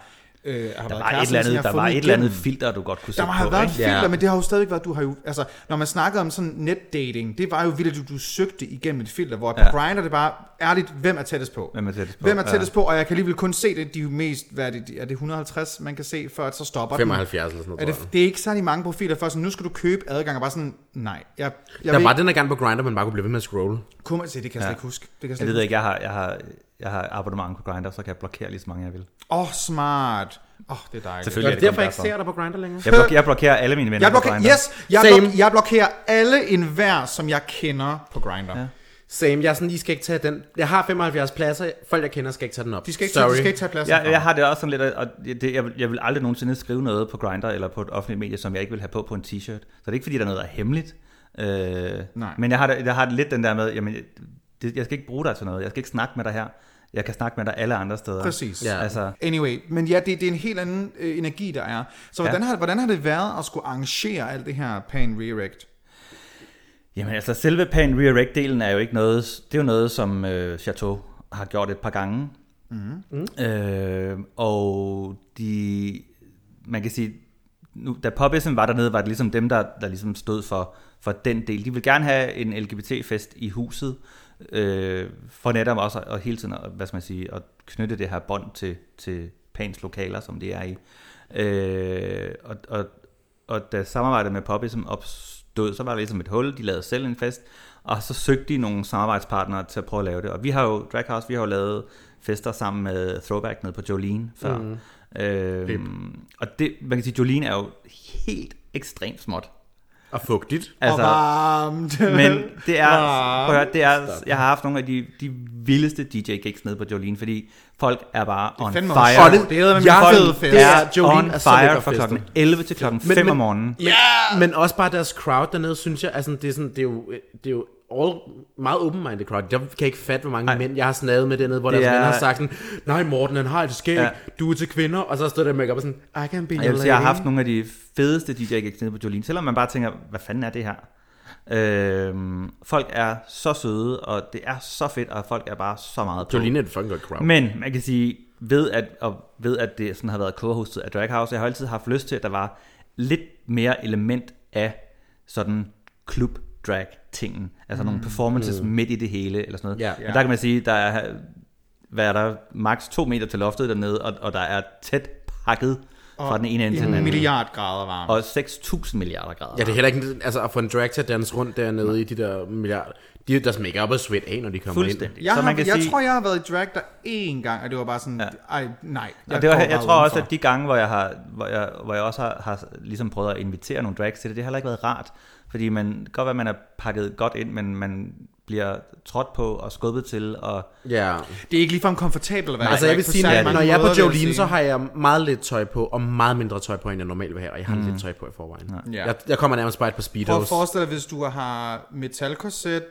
Der var et eller andet filter, du godt kunne se på. Der har været et filter, men det har jo stadigvæk været, du har jo, altså, når man snakkede om sådan netdating, det var jo vildt, at du søgte igennem et filter, hvor på Grindr det bare ærligt, hvem er tættest på? Hvem er tættest på, og jeg kan alligevel kun se det, de er jo mest, er det 150, man kan se, før så stopper 75 eller sådan noget. Det er ikke særlig mange profiler, før sådan, nu skal du købe adgang, og bare sådan, nej. Der var den der gang på Grindr, man bare kunne blive ved med at scrolle. Kunne man se, det kan jeg slet ikke huske. Det ved ikke, jeg har abonnement på Grindr, så kan jeg blokere lige så mange, jeg vil. Smart. Det er dejligt. Selvfølgelig er det derfor, jeg ikke ser dig på Grindr længere. Jeg blokerer alle mine venner på Grindr. Jeg blokerer alle enhver, som jeg kender på Grindr. Ja. Same, jeg er sådan, I skal ikke tage den. Jeg har 75 pladser, folk jeg kender skal ikke tage den op. De skal ikke tage pladsen. Jeg har det også sådan lidt, og jeg vil aldrig nogensinde skrive noget på Grindr eller på et offentligt medie, som jeg ikke vil have på en t-shirt. Så det er ikke fordi, der er noget, der er hemmeligt. Men jeg har det lidt den der med, jamen, jeg skal ikke bruge dig til noget. Jeg skal ikke snakke med dig her. Jeg kan snakke med dig alle andre steder. Præcis. Ja. Altså, Anyway, men ja, det er en helt anden energi, der er. Så hvordan har det været at skulle arrangere alt det her Pan Re-Erect? Jamen altså, selve Pan Re-Erect-delen er jo ikke noget, det er jo noget, som Chateau har gjort et par gange. Og man kan sige, nu, da Pubism var dernede, var det ligesom dem, der ligesom stod for den del. De vil gerne have en LGBT-fest i huset, for netop også at hele tiden, hvad skal man sige, at knytte det her bånd til Pans lokaler, som det er i. Og da samarbejdet med Pubism opstod, så var der ligesom et hul, de lavede selv en fest, og så søgte de nogle samarbejdspartnere til at prøve at lave det. Og vi har jo, Draghouse, vi har jo lavet fester sammen med Throwback nede på Jolene før. Og det, man kan sige, Jolene er jo helt ekstremt småt. Og fugtigt. Altså, og varmt. Men det er, jeg har haft nogle af de vildeste DJ-gigs nede på Jolene, fordi folk er bare on fire. Det er med min fed fest. On fire fra klokken 11 til klokken 5 om morgenen. Men også bare deres crowd dernede, synes jeg, altså det er jo meget open-minded crowd. Jeg kan ikke fatte, hvor mange mænd jeg har snadet med dernede, hvor deres venner har sagt sådan, nej Morten, han har et skæg, du er til kvinder, og så stod der make-up og sådan, I can be your lady. Jeg har haft nogle af de fedeste DJ-gigs nede på Jolene, selvom man bare tænker, hvad fanden er det her? Folk er så søde, og det er så fedt, og folk er bare så meget på. Jolene er et fucking godt crowd. Men man kan sige, ved at det sådan har været co-hostet af Draghouse, jeg har altid haft lyst til, at der var lidt mere element af sådan klub drag tingen, altså nogle performances midt i det hele eller sådan noget. Ja. Men der kan man sige, der er der maks 2 meter til loftet dernede, og der er tæt pakket fra den ene ende til den anden. 1 milliard grader varmt. Og 6.000 milliarder grader. Ja, det er heller ikke, altså at få en drag til at danse rundt dernede i de der milliarder. De er deres make-up og sweat af, når de kommer ind. Jeg tror, jeg har været i drag der én gang, og det var bare sådan, nej. Jeg tror også, at de gange, hvor jeg også har ligesom prøvet at invitere nogle drags til det, det har heller ikke været rart. Fordi man godt være, man er pakket godt ind, men man bliver trådt på og skubbet til. Og ja. Det er ikke ligefrem komfortabelt at være. Altså jeg vil sige, når jeg er på Jolene, så har jeg meget lidt tøj på, og meget mindre tøj på, end jeg normalt vil have. Og jeg har lidt tøj på i forvejen. Ja. Jeg kommer nærmest bare på speedos. Prøv at forestille dig, hvis du har metalkorset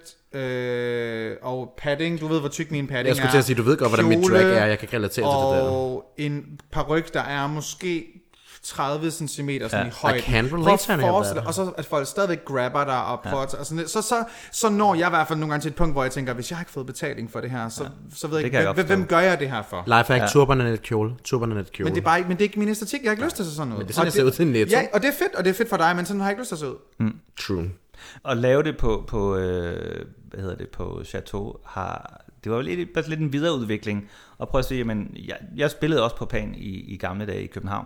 og padding. Du ved, hvor tyk min padding er. Jeg skulle til at sige, du ved godt, hvordan mit drag er. Jeg kan ikke relatere til det der. Og en paryk, der er måske 30 cm sådan i højden. Og så at folk stadigvæk grabber dig og prøver at, så når jeg i hvert fald nogle gange til et punkt, hvor jeg tænker, hvis jeg har ikke fået betaling for det her, så ved jeg ikke, hvem gør jeg det her for? Lifehack, turban og net kjole. Men det er bare ikke, men det er ikke min æstetik. Jeg har ikke lyst til sådan noget. Men det er sådan, jeg ser ud til Netto. Ja, og det er fedt for dig, men sådan har jeg ikke lyst til at se ud. True. Og lave det på Chateau det var jo lidt en videreudvikling. Og prøv at se, jamen, jeg spillede også på Pan i gamle dage i København.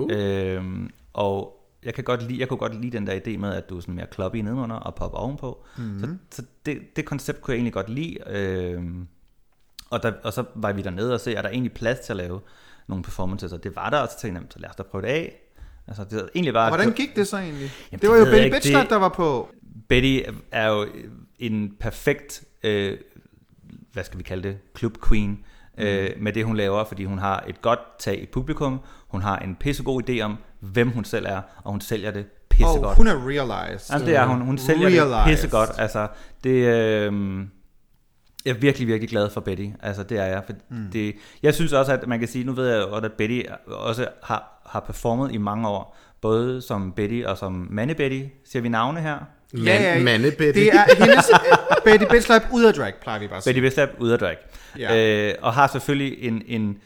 Og jeg kunne godt lide den der idé med, at du er sådan mere clubby nedenunder og pop ovenpå. Så det koncept kunne jeg egentlig godt lide. Og så var vi dernede og se, er der egentlig plads til at lave nogle performances, og det var der, og så tænkte jeg, så lad os da prøve det af. Altså, det egentlig var, hvordan gik det så egentlig? Jamen, det var jo Betty Bitchslap, der var på. Betty er jo en perfekt, hvad skal vi kalde det, club queen, med det hun laver, fordi hun har et godt tag i publikum, hun har en pissegod idé om, hvem hun selv er, og hun sælger det pissegodt. Hun er realized. Altså, det er hun sælger det pissegodt. Altså, det jeg er virkelig, virkelig glad for Betty. Altså, det er jeg. For jeg synes også, at man kan sige, nu ved jeg godt, at Betty også har performet i mange år, både som Betty og som Manne Betty. Siger vi navne her? Manne Betty. Det er hendes Betty Bitchslap ud af drag, plejer vi bare at sige. Betty Bitchslap ud af drag. Ja. Og har selvfølgelig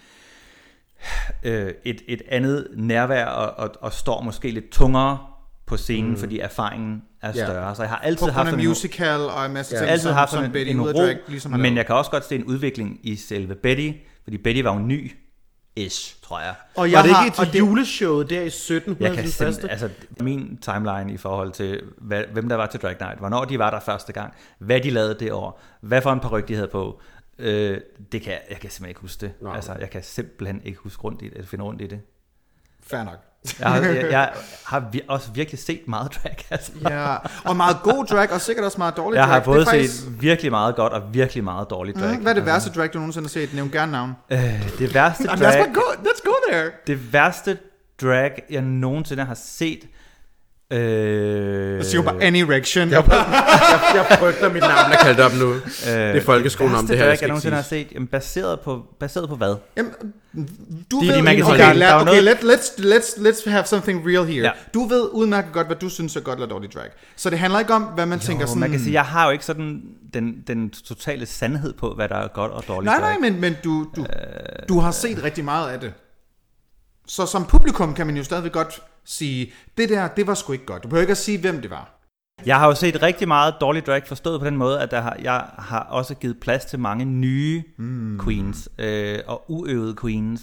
et andet nærvær, og står måske lidt tungere på scenen, fordi erfaringen er større. Så jeg har altid haft en musical og en masse ting, altid haft som Betty en ud af drag, ligesom men jeg kan også godt se en udvikling i selve Betty, fordi Betty var jo ny-ish, tror jeg. Og var det ikke et juleshow der i 17? Jeg kan altså min timeline i forhold til hvem der var til Drag Night, hvornår de var der første gang, hvad de lavede det år, hvad for en paryk de havde på, jeg kan simpelthen ikke huske det. Altså, jeg kan simpelthen ikke finde rundt i det. Fair nok. Jeg har også virkelig set meget drag. Altså. Ja, og meget god drag, og sikkert også meget dårlig drag. Jeg har både set virkelig meget godt og virkelig meget dårlig drag. Hvad er det værste drag, du nogensinde har set? Nævn gerne navn. Det værste drag... Let's go there. Det værste drag, jeg nogensinde har set... Så siger hun bare any erection. Jeg frygter, mit navn er kaldt op nu. Det er folkeskolen om det her, jeg nogensinde har set. Jamen, baseret på hvad? Jamen, du ved, let's have something real here. Ja. Du ved udmærket godt, hvad du synes er godt eller dårligt drag. Så det handler ikke om, hvad man tænker sådan... man kan sige, jeg har jo ikke sådan den totale sandhed på, hvad der er godt og dårligt drag. Nej, men du har set rigtig meget af det. Så som publikum kan man jo stadigvæk godt sige, det var sgu ikke godt. Du behøver ikke at sige, hvem det var. Jeg har jo set rigtig meget dårlig drag, forstået på den måde, at jeg har også givet plads til mange nye queens og uøvede queens.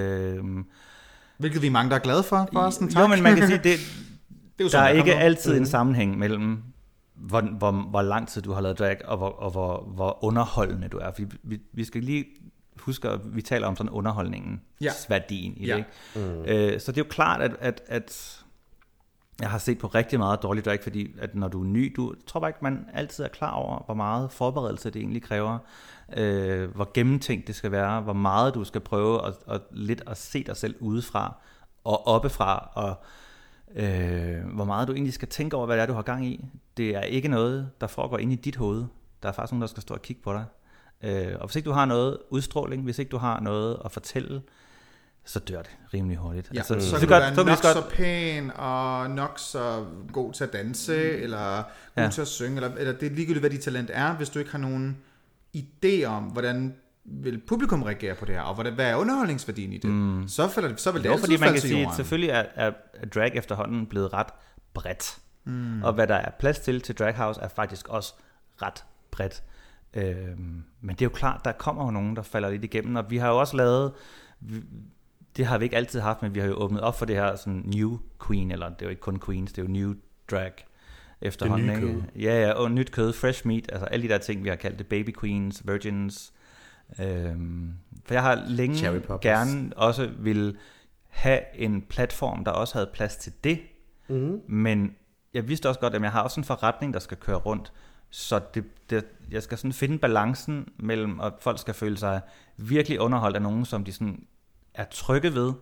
Hvilket vi er mange, der er glade for, forresten. Tak. Jo, men man kan sige, der er ikke altid en sammenhæng mellem, hvor lang tid du har lavet drag, og hvor underholdende du er. Fordi vi skal lige huske, at vi taler om sådan underholdningen, værdien i det. Ikke? Så det er jo klart, at jeg har set på rigtig meget dårlig drag, fordi at når du er ny, tror bare ikke, man altid er klar over, hvor meget forberedelse det egentlig kræver, hvor gennemtænkt det skal være, hvor meget du skal prøve at se dig selv udefra og oppefra, og hvor meget du egentlig skal tænke over, hvad det er, du har gang i. Det er ikke noget, der foregår inde i dit hoved. Der er faktisk nogen, der skal stå og kigge på dig. Og hvis ikke du har noget udstråling, hvis ikke du har noget at fortælle, så dør det rimelig hurtigt. Ja, altså, så kan du være nok så pæn og nok så god til at danse, eller god til at synge, eller det er ligegyldigt, hvad dit talent er, hvis du ikke har nogen idé om, hvordan vil publikum reagere på det her, og hvad er underholdningsværdien i det, så vil det altid fordi man kan sige, at selvfølgelig er drag efterhånden blevet ret bredt, og hvad der er plads til Drag House er faktisk også ret bredt. Men det er jo klart, der kommer jo nogen, der falder lidt igennem, og vi har jo også lavet, det har vi ikke altid haft, men vi har jo åbnet op for det her sådan new queen, eller det er jo ikke kun queens, det er jo new drag efterhånden. Det nye kød. Ja, og nyt kød, fresh meat, altså alle de der ting, vi har kaldt det, baby queens, virgins. For jeg har længe gerne også vil have en platform, der også havde plads til det, men jeg vidste også godt, at jeg har også en forretning, der skal køre rundt, så jeg skal sådan finde balancen mellem, at folk skal føle sig virkelig underholdt af nogen, som de sådan er trygge ved.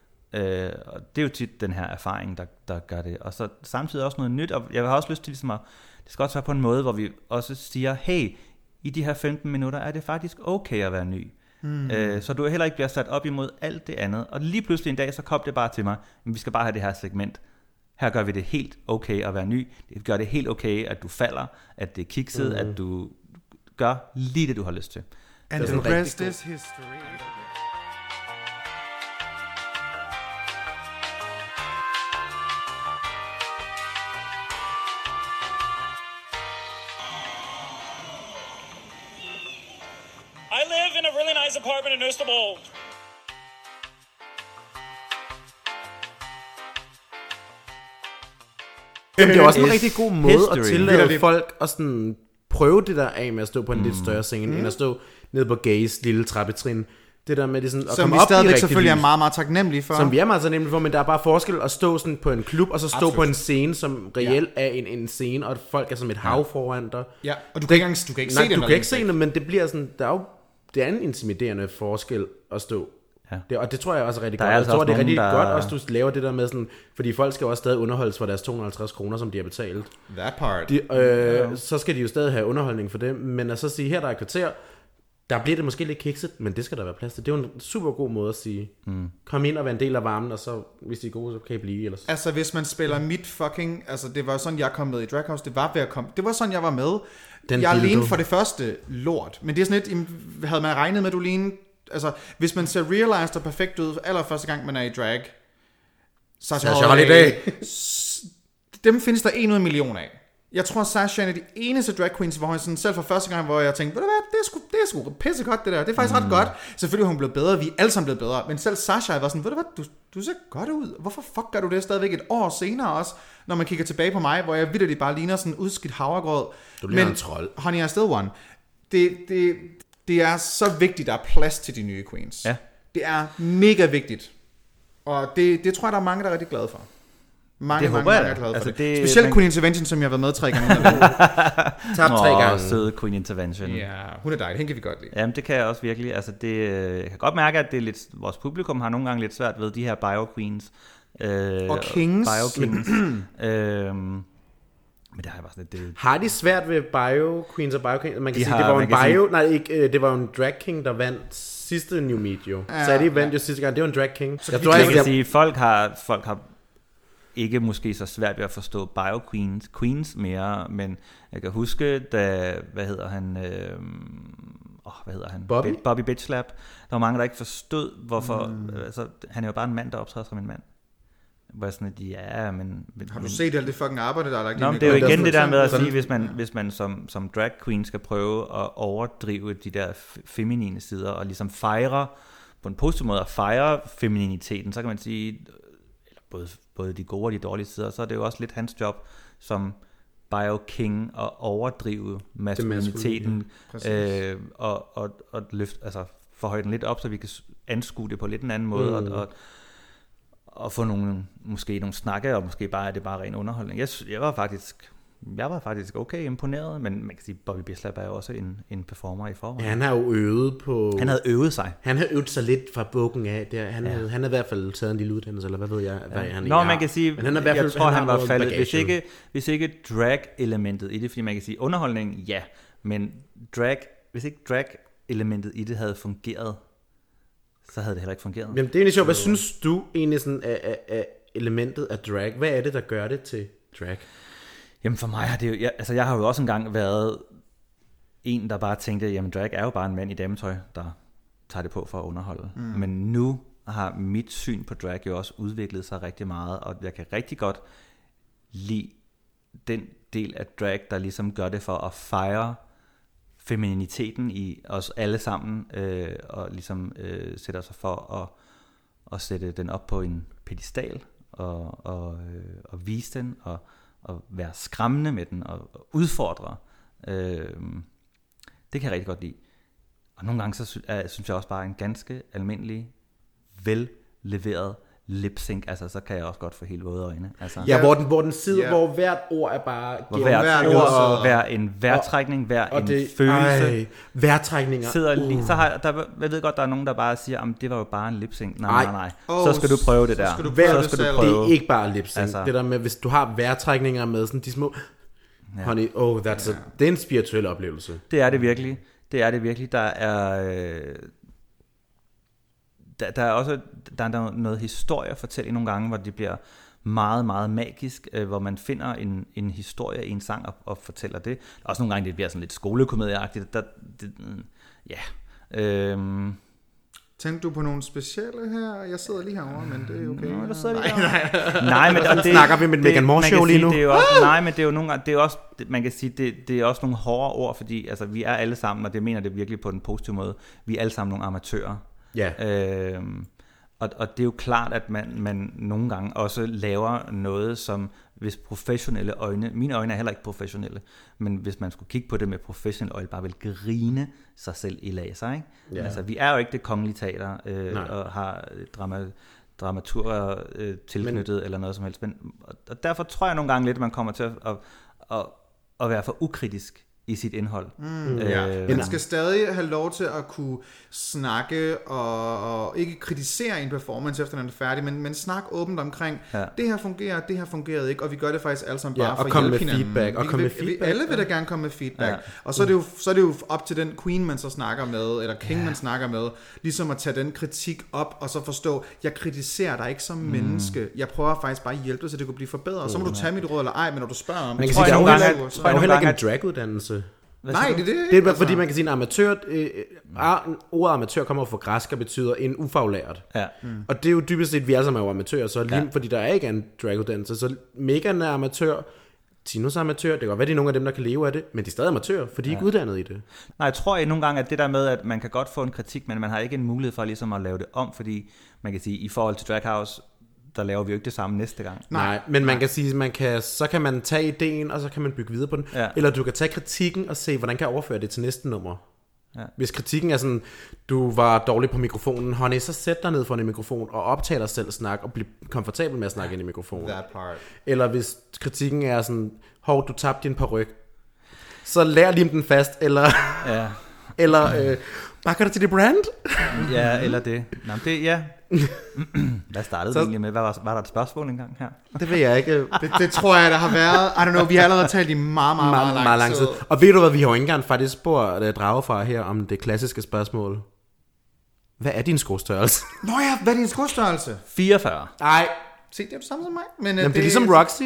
Og det er jo tit den her erfaring, der gør det. Og så samtidig også noget nyt, og jeg har også lyst til ligesom det skal også være på en måde, hvor vi også siger, hey, i de her 15 minutter er det faktisk okay at være ny. Så du heller ikke bliver sat op imod alt det andet. Og lige pludselig en dag, så kom det bare til mig, men vi skal bare have det her segment. Her gør vi det helt okay at være ny. Det gør det helt okay, at du falder, at det er kikset, at du gør lige det, du har lyst til. And the rest is history. I live in a really nice apartment in Østerbro. Jamen, det er også en rigtig god måde at tillade folk at sådan prøve det der af med at stå på en lidt større scene, end at stå nede på Gays lille trappetrin. Det der med det sådan, at som vi stadigvæk selvfølgelig er meget, meget taknemmelige for. Som vi er meget taknemmelige for, men der er bare forskel at stå sådan på en klub, og så stå på en scene, som reelt er en scene, og folk er som et hav foran dig. Ja, og du kan ikke se det. Du kan ikke se det, men det bliver sådan, det er en intimiderende forskel at stå. Ja. Og det tror jeg også er rigtig godt. Jeg tror, det er rigtig godt, også du laver det der med sådan, fordi folk skal jo også stadig underholdes for deres 250 kroner, som de har betalt. That part. Så skal de jo stadig have underholdning for det, men at så sige, her der er et kvarter, der bliver det måske lidt kikset, men det skal der være plads til. Det er jo en super god måde at sige, kom ind og vær en del af varmen, og så, hvis de er gode, så kan I blive. Eller så. Altså, hvis man spiller mit fucking, altså det var sådan, jeg kom med i Drag House, det var sådan, jeg var med. Jeg lignede for det første lort, men det er sådan lidt, havde man regnet med, du lignede, altså, hvis man ser realized og perfekt ud, allerførste gang man er i drag, Sasha Holiday, dem findes der 1 million af. Jeg tror, Sasha er en af de eneste drag queens, hvor hun sådan, selv for første gang, hvor jeg tænkte, ved du hvad, det er sgu pisse godt det der. Det er faktisk ret godt. Selvfølgelig er hun blevet bedre, vi er alle sammen blevet bedre. Men selv Sasha var sådan, ved du hvad, du ser godt ud. Hvorfor fuck gør du det stadigvæk et år senere også, når man kigger tilbage på mig, hvor jeg vitterligt bare ligner sådan en udskidt havregrød. Du bliver en trold. Honey, I still won. Det er så vigtigt, der er plads til de nye queens. Ja. Det er mega vigtigt. Og det tror jeg, der er mange, der er rigtig glade for. Mange er glade for det. Specielt Queen Intervention, som jeg har været med 3 gange. Tabt 3 gange. Søde Queen Intervention. Ja, hun er dejlig. Hende kan vi godt lide. Jamen, det kan jeg også virkelig. Altså, jeg kan godt mærke, at det er lidt, vores publikum har nogle gange lidt svært ved de her bio queens. Og Kings. Bio Kings. Men det har jeg bare sådan lidt... Har de svært ved Bio Queens og Bio Kings? Man kan De sige, har- det var man en kan Bio... Nej, ikke, det var en drag king, der vandt sidste New Meet, jo. Så er de vandt jo sidste gang. Det var en drag king. Så Jeg de tror, kan Jeg jeg kan sige, folk har ikke måske så svært ved at forstå Bio Queens mere, men jeg kan huske, da, hvad hedder han, Bobby Bitchlap, der var mange, der ikke forstod, hvorfor, altså, han er jo bare en mand, der optræder som en mand. Hvor sådan, at ja, men... Har du set alt det fucking arbejde, der er lagt? Nå, men det er jo igen det der med at sige, hvis man som drag queen skal prøve at overdrive de der feminine sider, og ligesom fejre, på en positiv måde at fejre femininiteten, så kan man sige, eller både de gode og de dårlige sider, så er det jo også lidt hans job som Bio King at overdrive maskuliniteten, og løfte, altså forhøje den lidt op, så vi kan anskue det på lidt en anden måde, og få måske nogle snakke, og måske bare er det bare ren underholdning. Jeg var faktisk okay imponeret, men man kan sige, Bobby Bitchlap er jo også en performer i forvejen. Ja, han har jo øvet på... Han havde øvet sig. Han havde øvet sig lidt fra bukken af. Han havde i hvert fald taget en lille uddannelse, eller hvad ved jeg, hvad han Nå, man kan sige, men jeg tror, han var faldet. Hvis ikke drag-elementet i det, fordi man kan sige, underholdning, ja, men hvis ikke drag-elementet i det havde fungeret, så havde det heller ikke fungeret. Jamen, det er egentlig sjovt. Hvad synes du egentlig sådan af elementet af drag? Hvad er det, der gør det til drag? Jamen for mig har det jo... Jeg har jo også engang været en, der bare tænkte, jamen drag er jo bare en mand i dametøj, der tager det på for at underholde. Men nu har mit syn på drag jo også udviklet sig rigtig meget, og jeg kan rigtig godt lide den del af drag, der ligesom gør det for at fejre femininiteten i os alle sammen, og ligesom sætter sig for at sætte den op på en pedestal, og vise den, og være skræmmende med den, og udfordre. Det kan jeg rigtig godt lide. Og nogle gange så synes jeg også bare en ganske almindelig, vel-leveret lip-sync, altså så kan jeg også godt få helt våde øjne. Altså, ja, hvor den sidder, hvor hvert ord er bare... Hvor hvert ord, hver en vejrtrækning, hver en følelse. Vejrtrækninger. Sidder lige, så har, jeg ved godt, der er nogen, der bare siger, at det var jo bare en lip-sync. Nej. Så skal du prøve det der. Så skal du prøve. Det er ikke bare lip-sync. Altså, det der med, hvis du har vejrtrækninger med sådan de små... Ja. Honey, det er en spirituel oplevelse. Det er det virkelig. Det er det virkelig. Der er også noget historiefortælling nogle gange, hvor det bliver meget, meget magisk, hvor man finder en historie i en sang og fortæller det. Også nogle gange, det bliver sådan lidt skolekomedieagtigt. Tænkte du på nogle specielle her? Jeg sidder lige herovre, men det er okay. Nå, sidder nej, men det snakker vi med Megan Moore show lige nu. Det er også, nej, men det er jo nogle gange, det er også, man kan sige, det er også nogle hårde ord, fordi altså, vi er alle sammen, og det mener det virkelig på den positive måde, vi er alle sammen nogle amatører. Ja. Og det er jo klart, at man nogle gange også laver noget, som hvis professionelle øjne, mine øjne er heller ikke professionelle, men hvis man skulle kigge på det med professionelle øjne, bare vil grine sig selv i laser, ikke? Ja. Altså, vi er jo ikke det kongelige teater, og har dramaturger tilknyttet eller noget som helst, men, og derfor tror jeg nogle gange lidt, at man kommer til at være for ukritisk i sit indhold. Man skal stadig have lov til at kunne snakke og ikke kritisere en performance efter den er færdig, men snakke åbent omkring, det her fungerer, det her fungerede ikke, og vi gør det faktisk alle sammen bare for at hjælpe hinanden. Feedback. Alle vil da gerne komme med feedback. Og så er det jo op til den queen, man så snakker med, eller king, man snakker med, ligesom at tage den kritik op, og så forstå, jeg kritiserer dig ikke som menneske. Jeg prøver faktisk bare at hjælpe dig, så det kunne blive forbedret. Så må du tage mit råd eller ej, men når du spørger om det, tror jeg jo heller ikke en draguddannelse. Nej, det er fordi man kan sige, en amatør, ordet amatør kommer fra græsk og betyder en ufaglært. Ja. Og det er jo dybest set, vi alle sammen er jo amatører, så lige, fordi der er ikke en draguddannelse, så Megan er amatør, Tinus er amatør, det kan godt være, de er nogle af dem, der kan leve af det, men de er stadig amatører, for de er ikke uddannet i det. Nej, jeg tror nogle gange, at det der med, at man kan godt få en kritik, men man har ikke en mulighed for ligesom at lave det om, fordi man kan sige, i forhold til Drag House, der laver vi jo ikke det samme næste gang. Nej, men man kan sige, så kan man tage ideen, og så kan man bygge videre på den. Ja. Eller du kan tage kritikken og se, hvordan kan jeg overføre det til næste nummer. Ja. Hvis kritikken er sådan, du var dårlig på mikrofonen, honey, så sæt dig ned for en mikrofon og optag dig selv snak, og bliv komfortabel med at snakke ind i mikrofonen. That part. Eller hvis kritikken er sådan, hov, du tabte din paryk, så lær lim den fast, eller... Ja. eller Bakker det til det brand? Ja, eller det. Nå, det, ja. Hvad startede det egentlig med? Var der et spørgsmål engang her? Det ved jeg ikke. Det tror jeg, der har været. I don't know, vi har allerede talt i meget lang tid. Og ved du hvad, vi har jo ikke engang faktisk spurgt Drage fra her om det klassiske spørgsmål. Hvad er din skostørrelse? Nå ja, hvad er din skostørrelse? 44. Nej, se, det er det samme som mig. Men, Jamen, det er ligesom Roxy.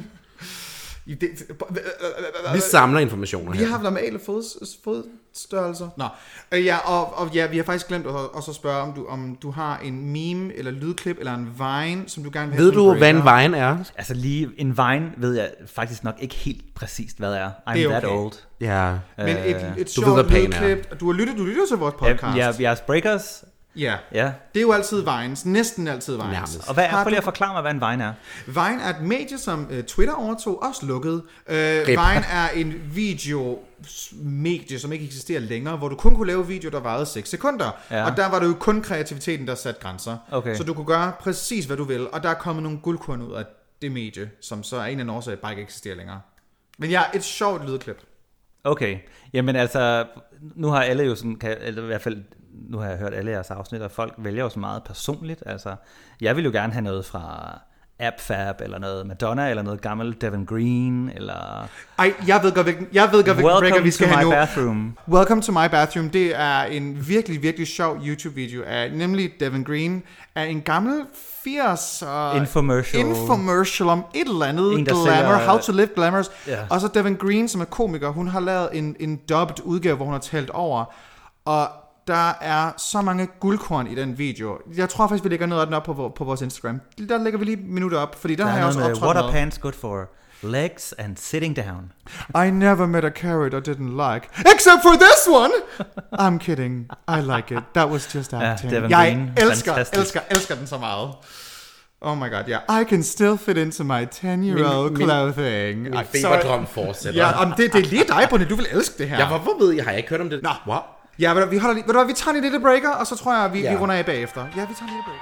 Vi samler informationer her. Vi har normale fodstørrelser. Nå. Ja, og ja, vi har faktisk glemt at så spørge, om du har en meme, eller lydklip, eller en Vine, som du gerne vil have. Ved du, hvad en Vine er? Altså lige, en Vine ved jeg faktisk nok ikke helt præcist, hvad er. I'm det er that okay. old. Ja. Men et sjovt lydklip. Du lytter til vores podcast. Ja, vi er Breakers. Ja. Ja, det er jo altid Vines, næsten altid Vines. Nærmest. Og hvad er, prøv lige at forklare mig, hvad en Vine er. Vine er et medie, som Twitter overtog, også lukket. Vine er en videomedie, som ikke eksisterer længere, hvor du kun kunne lave video, der varede 6 sekunder. Ja. Og der var det jo kun kreativiteten, der satte grænser. Okay. Så du kunne gøre præcis, hvad du vil. Og der er kommet nogle guldkorn ud af det medie, som så er en af den årsag, bare ikke eksisterer længere. Men ja, et sjovt lydklip. Okay, jamen altså, nu har alle jo sådan, eller i hvert fald, nu har jeg hørt alle jeres afsnit, og folk vælger jo så meget personligt. Altså, jeg vil jo gerne have noget fra AppFab, eller noget Madonna, eller noget gammel Devin Green, eller... Ej, jeg ved godt, hvilken breaker vi skal have nu. Bathroom. Welcome to my bathroom. Det er en virkelig, virkelig sjov YouTube-video af, nemlig Devin Green, af en gammel 80'er... Infomercial om et eller andet glamour, how to live glamorous. Yeah. Og så Devin Green, som er komiker, hun har lavet en dubbed udgave, hvor hun har talt over, og der er så mange guldkorn i den video. Jeg tror faktisk, vi lægger noget af den op på vores Instagram. Der lægger vi lige minutter op, fordi der har jeg også optrådt What are pants good for? Legs and sitting down. I never met a carrot I didn't like. Except for this one! I'm kidding. I like it. That was just acting. Ja, jeg elsker den så meget. Oh my god, yeah. I can still fit into my 10-year-old clothing. Min feberdrøm fortsætter. Ja, det er lige dig, Bonnie. Du vil elske det her. Ja, hvorfor ved jeg? Har jeg ikke hørt om det? Nå. Wow. Ja, vi tager en lille breaker, og så tror jeg, vi runder af bagefter. Ja, vi tager en lille breaker.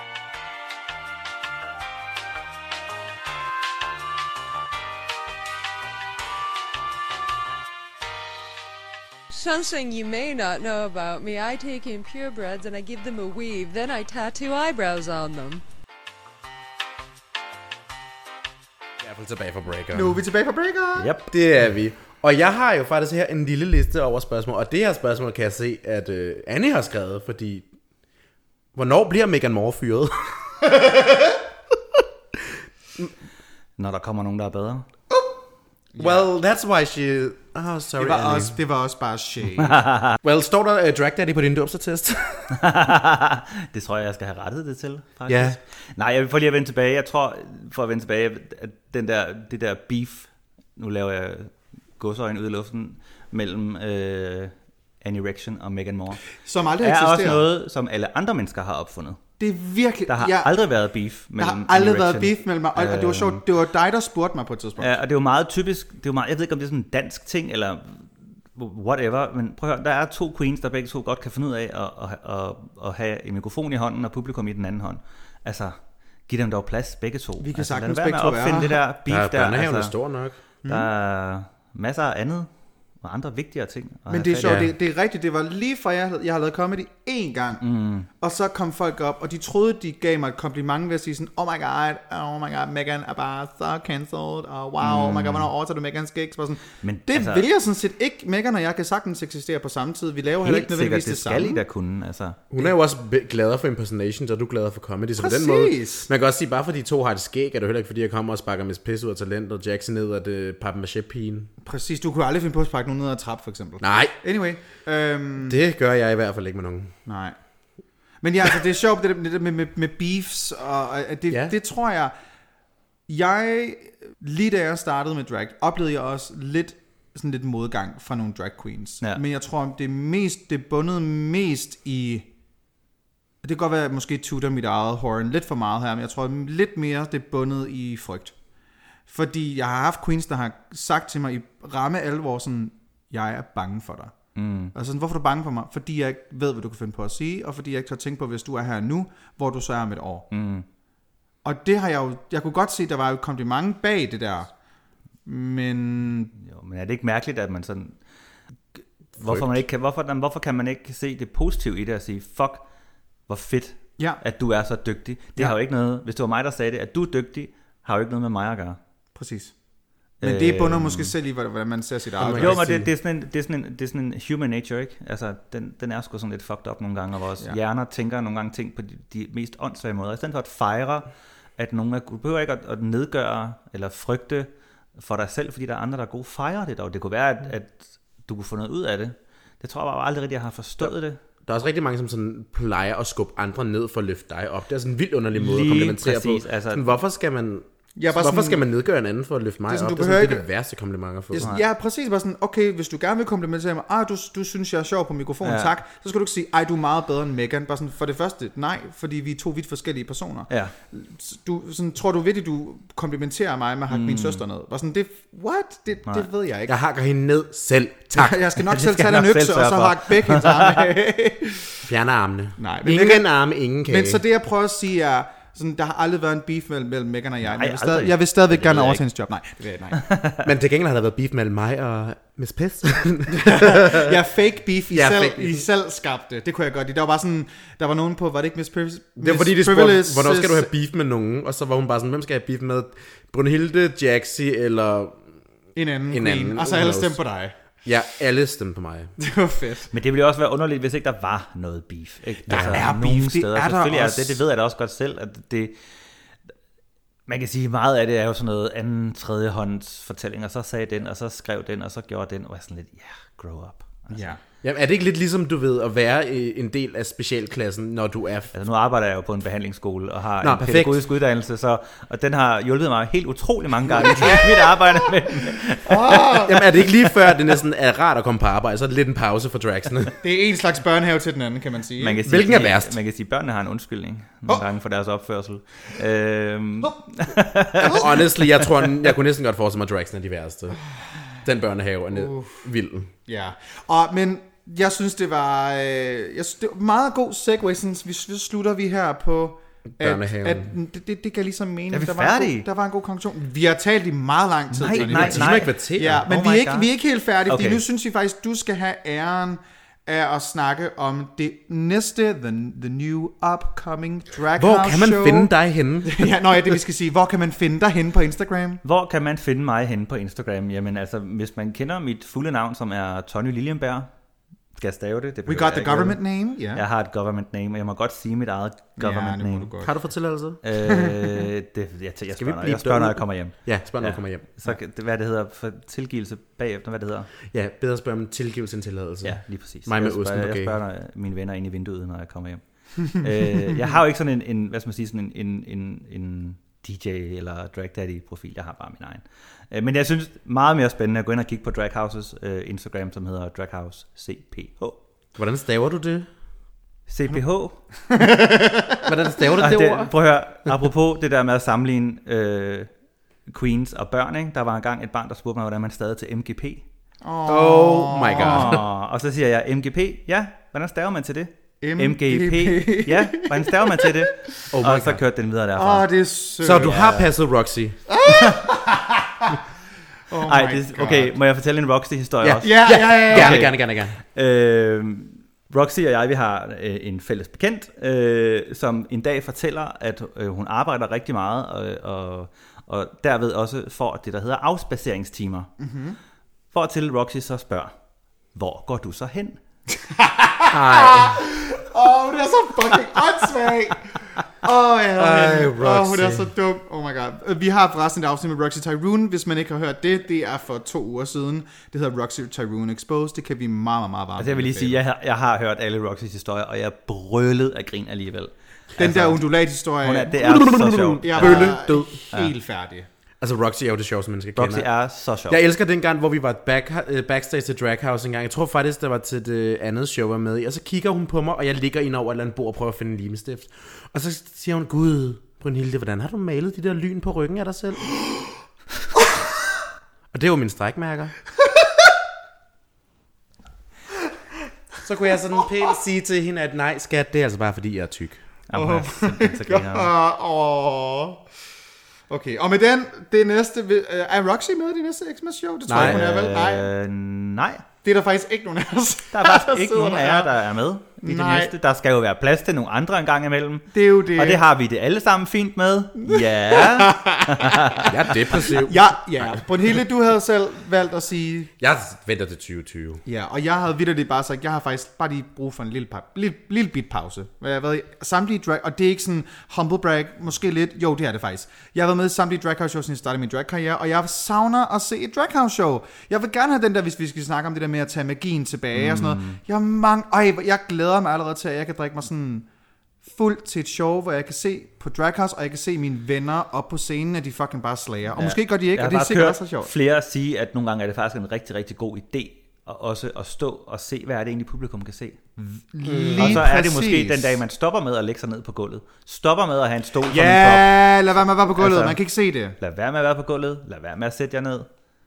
Something you may not know about me, I take in purebreds and I give them a weave, then I tattoo eyebrows on them. Jeg er tilbage fra breaker. Nu er vi tilbage fra breaker. Yep, det er vi. Og jeg har jo faktisk her en lille liste over spørgsmål, og det her spørgsmål kan jeg se, at Annie har skrevet, fordi... Hvornår bliver Meghan Moore fyret? Når der kommer nogen, der er bedre. Well, that's why she... Oh, sorry, det var også bare shade. Well, står der Drag Daddy på din dåbsattest? Det tror jeg skal have rettet det til, faktisk. Ja. Nej, jeg vil få lige at vende tilbage. Jeg tror, for at vende tilbage, at det der beef, nu laver jeg godsøjne ud i luften, mellem Annie Rection og Meghan Moore, som aldrig er eksisterer. også noget, som alle andre mennesker har opfundet. Det er virkelig... Der har aldrig været beef mellem Der har aldrig været beef mellem mig, og det var sjovt, det var dig, der spurgte mig på et tidspunkt. Ja, og det er jo meget typisk, jeg ved ikke, om det er sådan en dansk ting, eller whatever, men prøv at høre, der er 2 queens, der begge to godt kan finde ud af at have en mikrofon i hånden, og publikum i den anden hånd. Altså, giv dem dog plads, begge to. Vi kan altså, sagtens begge to være. Det der beef der. Altså, er stor nok. Der er masser af andet, og andre vigtigere ting. Men det er sjovt, det er rigtigt, det var lige fra jeg har lavet comedy 1 gang, og så kom folk op, og de troede, de gav mig et kompliment ved at sige sådan, oh my god, Meghan er bare så cancelled, og wow, oh my god, hvornår overtager du Meghans gigs? Men det altså, vil jeg sådan set ikke. Meghan og jeg kan sagtens eksistere på samme tid, vi laver heller ikke nødvendigvis det samme. Det skal I da kunne, altså. Hun er jo også gladere for impersonations, og du er gladere for comedy, så på den måde, man kan også sige, bare fordi 2 har et skæg, er det heller ikke, fordi jeg kommer og sparker med pis ud af talent, og Jackson ned af det papier-maché-pigen. Præcis, du kunne aldrig finde på at sparke nogen ned ad trap, for eksempel. Nej. Anyway. Det gør jeg i hvert fald ikke med nogen. Nej. Men ja, altså, det er sjovt, det med beefs, og det tror jeg, lige da jeg startede med drag, oplevede jeg også lidt modgang fra nogle drag queens. Ja. Men jeg tror, det bundede mest i, det kan godt være, at måske tutter mit eget horn lidt for meget her, men jeg tror lidt mere, det bundet i frygt. Fordi jeg har haft queens, der har sagt til mig i ramme alvor sådan, jeg er bange for dig. Og sådan, hvorfor er du bange for mig? Fordi jeg ikke ved, hvad du kan finde på at sige, og fordi jeg ikke tør tænke på, hvis du er her nu, hvor du så er om et år. Og det har jeg kunne godt se, der var jo kompliment bag det der, men... Jo, men er det ikke mærkeligt, at man sådan... Hvorfor kan man ikke se det positive i det og sige, fuck, hvor fedt, at du er så dygtig. Det har jo ikke noget, hvis det var mig, der sagde det, at du er dygtig, har jo ikke noget med mig at gøre. Præcis. Men det bunder måske selv i, hvordan man ser sit eget. Jo, men det er sådan en human nature, ikke? Altså, den er sgu sådan lidt fucked up nogle gange, og vores hjerner tænker nogle gange ting på de mest åndssvage måder. I stedet for at fejre, at du behøver ikke at nedgøre eller frygte for dig selv, fordi der er andre, der er gode, fejre det dog. Det kunne være, at du kunne få noget ud af det. Det tror jeg bare aldrig rigtig, jeg har forstået det. Der er også rigtig mange, som sådan plejer at skubbe andre ned for at løfte dig op. Det er sådan en vildt underlig måde at komplimentere på. Altså, sådan, hvorfor skal man nedgøre en anden for at løfte mig op? Det er det værste komplimenter for. Ja, præcis. Bare sådan, okay, hvis du gerne vil komplimentere mig, du synes, jeg er sjov på mikrofonen, tak. Så skal du ikke sige, du er meget bedre end Megan. Bare sådan, for det første, nej, fordi vi er 2 vidt forskellige personer. Ja. Tror du virkelig, du komplimenterer mig med at hakke min søster ned? Bare sådan, det ved jeg ikke. Jeg hakker hende ned selv, tak. Jeg skal nok selv tage en økse, og så hakke begge hendes arme. Fjerne armene. Nej, ingen arme, ingen kage. Men så det, jeg prøver at sige er, sådan, der har aldrig været en beef mellem Megan og jeg. Jeg vil stadigvæk gerne overtage hendes job. Nej, det vil jeg ikke. Men til gengæld har der været beef mellem mig og Miss Piss. Ja, fake beef. I selv skabte. Det kunne jeg godt lide. Der var bare sådan, der var nogen på, var det ikke Miss Piss? Det var fordi, de spurgte, hvornår skal du have beef med nogen? Og så var hun bare sådan, hvem skal jeg have beef med? Brunhilde, Jaxi eller en anden. Og så alle stemte på dig. Ja, alle stemte på mig. Det var fedt. Men det ville jo også være underligt, hvis ikke der var noget beef. Ikke? Der er beef, det er der også. Det ved jeg da også godt selv, at det... Man kan sige, meget af det er jo sådan noget anden, tredjehånds fortælling, og så sagde den, og så skrev den, og så gjorde den, og var sådan lidt, grow up. Altså. Ja. Jamen, er det ikke lidt ligesom, du ved, at være en del af specialklassen, når du er... Altså, nu arbejder jeg jo på en behandlingsskole, og har en pædagogisk uddannelse, og den har hjulpet mig helt utrolig mange gange i mit arbejde med den. Jamen, er det ikke lige før, det næsten er rart at komme på arbejde, så er det lidt en pause for dragsene. Det er en slags børnehave til den anden, kan man sige. Hvilken er værst? Man kan sige, at børnene har en undskyldning nogle gange for deres opførsel. Honestly, jeg kunne næsten godt forestille mig, at dragsene er de værste. Den børnehave er vild. Ja, men jeg synes, det var meget god segue, vi slutter vi her på børnehaven. Det kan ligesom mene, er vi færdige? Der var en god konklusion. Vi har talt i meget lang tid. Nej. Ja, men vi er ikke helt færdige, fordi nu synes vi faktisk, du skal have æren af at snakke om det næste, the new upcoming drag Hvor house kan man show. finde dig henne? Det vi skal sige. Hvor kan man finde dig henne på Instagram? Hvor kan man finde mig henne på Instagram? Jamen altså, hvis man kender mit fulde navn, som er Tonny Lilienberg, skal jeg stave det? We got the government name, yeah. Jeg har et government name, og jeg må godt sige mit eget government name. Har du fået tilladelse? Jeg spørger, når jeg kommer hjem. Ja, spørg, når jeg kommer hjem. Så hvad det hedder for tilgivelse bagefter, hvad det hedder? Ja, bedre spørge om tilgivelse end tilladelse. Ja, lige præcis. Mig med osten, okay. Jeg spørger mine venner ind i vinduet, når jeg kommer hjem. Jeg har jo ikke sådan en hvad skal man sige, sådan en DJ eller Drag Daddy profil. Jeg har bare min egen. Men jeg synes meget mere spændende at gå ind og kigge på Drag Houses Instagram, som hedder Drag House CPH. Hvordan staver du det? CPH? Hvordan staver du det ord? Prøv at høre, apropos det der med at sammenligne queens og børn, ikke? Der var engang et barn, der spurgte mig, hvordan man stavede til MGP. Oh my god. Og så siger jeg, MGP, ja, hvordan staver man til det? MGP, ja, hvordan staver man til det? Og så kørte den videre derfra. Det er sødt. Så du har passet Roxy? Okay, må jeg fortælle en Roxy-historie også? Ja. Gerne. Roxy og jeg, vi har en fælles bekendt, som en dag fortæller, at hun arbejder rigtig meget, og derved også får det, der hedder afspaceringstimer. Mm-hmm. For til Roxy så spørger, hvor går du så hen? Det er så fucking åndssvagt. Hun er så dum. Oh my god. Vi har forresten et afsnit med Roxy Tyrone. Hvis man ikke har hørt det, det er for 2 uger siden. Det hedder Roxy Tyrone Exposed. Det kan vi meget, meget varmt. Altså jeg vil lige sige, jeg har hørt alle Roxys historier, og jeg brølede af grin alligevel. Den der undulat-historie. Det er så sjovt. Jeg er død. Helt færdig. Altså Roxy er jo det sjoveste menneske, jeg kender. Roxy er så sjov. Jeg elsker den gang, hvor vi var backstage til Drag House en gang. Jeg tror faktisk, det var til det andet show, jeg var med i. Og så kigger hun på mig, og jeg ligger ind over et eller andet bord og prøver at finde en limestift. Og så siger hun, Gud, Brunhilde, hvordan har du malet de der lyn på ryggen af dig selv? Og det er jo mine strækmærker. Så kunne jeg sådan pænt sige til hende, at nej skat, det er altså bare fordi jeg er tyk. Okay, og med det næste... Er Roxy med i det næste Xmas show? Det tror jeg, hun er vel? Nej. Det er der faktisk ikke nogen af os. Der er faktisk ikke nogen af jer, der er med i det næste. Der skal jo være plads til nogle andre en gang imellem. Det er jo det. Og det har vi det alle sammen fint med. Ja. Jeg er depressiv. Ja. Brunhilde, du havde selv valgt at sige... Jeg venter til 2020. Ja, og jeg havde vitterligt bare sagt, jeg har faktisk bare lige brug for en lille bit pause. Jeg har været i samtlige drag, og det er ikke sådan humble brag, måske lidt, jo det er det faktisk. Jeg har været med i samtlige draghouse shows, siden jeg startede min dragkarriere, og jeg savner at se et draghouse show. Jeg vil gerne have den der, hvis vi skal snakke om det der med at tage magien tilbage og sådan noget. Jeg glæder mig allerede til, at jeg kan drikke mig sådan fuld til et show, hvor jeg kan se på Draghouse, og jeg kan se mine venner op på scenen, at de fucking bare slager. Og måske gør de ikke, og det er sikkert også sjovt. Flere sige, at nogle gange er det faktisk en rigtig, rigtig god idé, og også at stå og se, hvad er det egentlig publikum kan se. Og så er det måske den dag, man stopper med at lægge sig ned på gulvet. Stopper med at have en stol som en kop. Ja, lad være med at være på gulvet, man kan ikke se det. Lad være med at være på gulvet, lad være med at sætte jer ned.